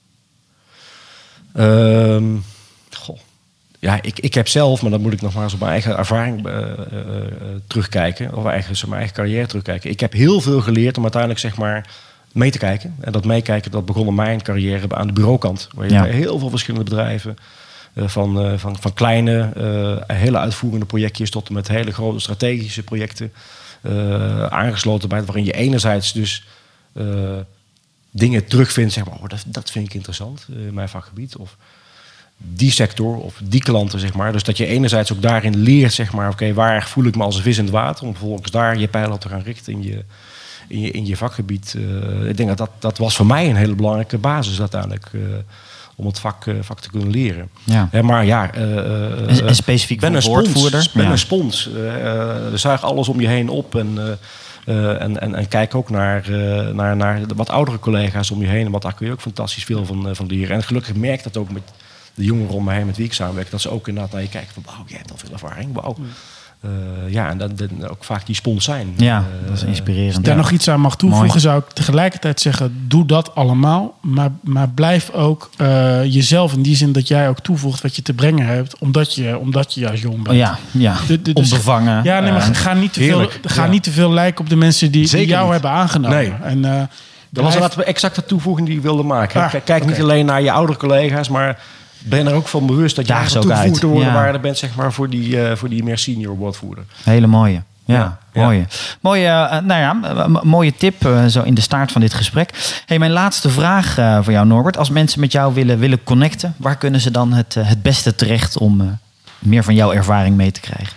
Um, goh. Ja, ik, ik heb zelf, maar dan moet ik nog maar eens op mijn eigen ervaring uh, uh, uh, terugkijken. Of eigen, zeg maar, eigen carrière terugkijken. Ik heb heel veel geleerd om uiteindelijk, zeg maar, mee te kijken. En dat meekijken, dat begon in mijn carrière aan de bureaukant. Waar je Ja. bij heel veel verschillende bedrijven, uh, van, uh, van, van kleine, uh, hele uitvoerende projectjes tot en met hele grote strategische projecten uh, aangesloten bij, waarin je enerzijds dus uh, dingen terugvindt, zeg maar, oh, dat, dat vind ik interessant uh, in mijn vakgebied. Of die sector of die klanten, zeg maar. Dus dat je enerzijds ook daarin leert, zeg maar, oké, okay, waar voel ik me als een vis in het water, om vervolgens daar je pijlen op te gaan richten in je, in je, in je vakgebied. Uh, ik denk dat, dat dat was voor mij een hele belangrijke basis uiteindelijk, uh, om het vak, uh, vak te kunnen leren. Ja. Ja, maar ja, uh, en, en specifiek ben voor een spons, woordvoerder. ben Ja. een spons. Uh, uh, zuig alles om je heen op en uh, Uh, en, en, en kijk ook naar, uh, naar, naar de wat oudere collega's om je heen. Want daar kun je ook fantastisch veel van, uh, van leren. En gelukkig merk ik dat ook met de jongeren om me heen met wie ik samenwerk. Dat ze ook inderdaad naar je kijken van, wauw, jij hebt al veel ervaring. Wauw. Uh, ja, en dat, dat ook vaak die spons zijn. Ja, uh, dat is inspirerend. Als ik daar Ja. nog iets aan mag toevoegen, Mooi. zou ik tegelijkertijd zeggen, doe dat allemaal. Maar, maar blijf ook uh, jezelf in die zin dat jij ook toevoegt wat je te brengen hebt. Omdat je, omdat je juist jong bent. Oh, ja, ja. De- de- dus- Onbevangen. Ja, nee, maar Uh, ga niet te veel, heerlijk. ga Ja. niet te veel lijken op de mensen die, die Zeker jou niet. hebben aangenomen. Nee. En, uh, Dat was blijf- inderdaad exact de toevoeging die ik wilde maken. Ah, Kijk, kijk niet oké. alleen naar je oudere collega's, maar ben er ook van bewust dat je Daag ze eigenlijk ook toegevoegde uit. worden Ja. waarde bent, zeg maar, voor die, uh, voor die meer senior woordvoerder. Hele mooie. Ja, Ja, ja. mooie. Mooie, uh, nou ja, m- m- mooie tip uh, zo in de staart van dit gesprek. Hey, mijn laatste vraag uh, voor jou, Norbert. Als mensen met jou willen, willen connecten, waar kunnen ze dan het, uh, het beste terecht om uh, meer van jouw ervaring mee te krijgen?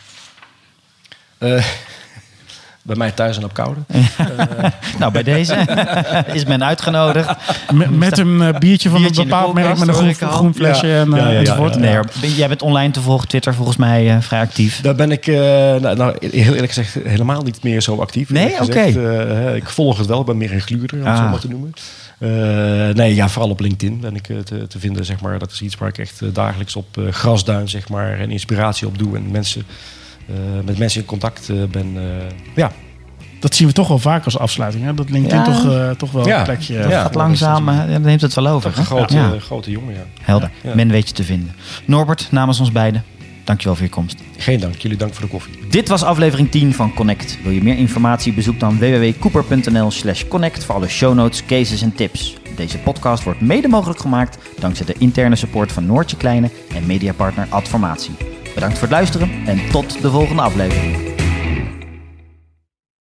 Uh, bij mij thuis en op Koude. Nou, bij deze is men uitgenodigd. met, met een uh, biertje van Biertje een in de bepaald merk koelkast, met een hoor ik groen, al. groen flesje Ja. en uh, Ja, ja, ja, enzovoort. Nee, hoor. Jij bent online te volgen, Twitter volgens mij uh, vrij actief. Daar ben ik, uh, nou, nou, heel eerlijk gezegd, helemaal niet meer zo actief. Nee? Eerlijk Oké. gezegd. Uh, ik volg het wel, ik ben meer een gluurder, om het Ah. zo maar te noemen. Uh, nee, ja, vooral op LinkedIn ben ik uh, te, te vinden, zeg maar. Dat is iets waar ik echt uh, dagelijks op uh, grasduin, zeg maar, en inspiratie op doe. En mensen, uh, met mensen in contact uh, ben. Uh, ja. Dat zien we toch wel vaak als afsluiting. Hè? Dat LinkedIn Ja. toch, uh, toch wel Ja. een plekje... Ja. Ja. Gaat langzaam, uh, dan neemt het wel over. Toch een hè? grote, Ja. uh, grote jongen, ja. Helder. Ja. Men weet je te vinden. Norbert, namens ons beiden, dankjewel voor je komst. Geen dank, jullie dank voor de koffie. Dit was aflevering tien van Connect. Wil je meer informatie? Bezoek dan w w w punt cooper punt n l slash connect voor alle show notes, cases en tips. Deze podcast wordt mede mogelijk gemaakt dankzij de interne support van Noortje Kleine en mediapartner Adformatie. Bedankt voor het luisteren en tot de volgende aflevering.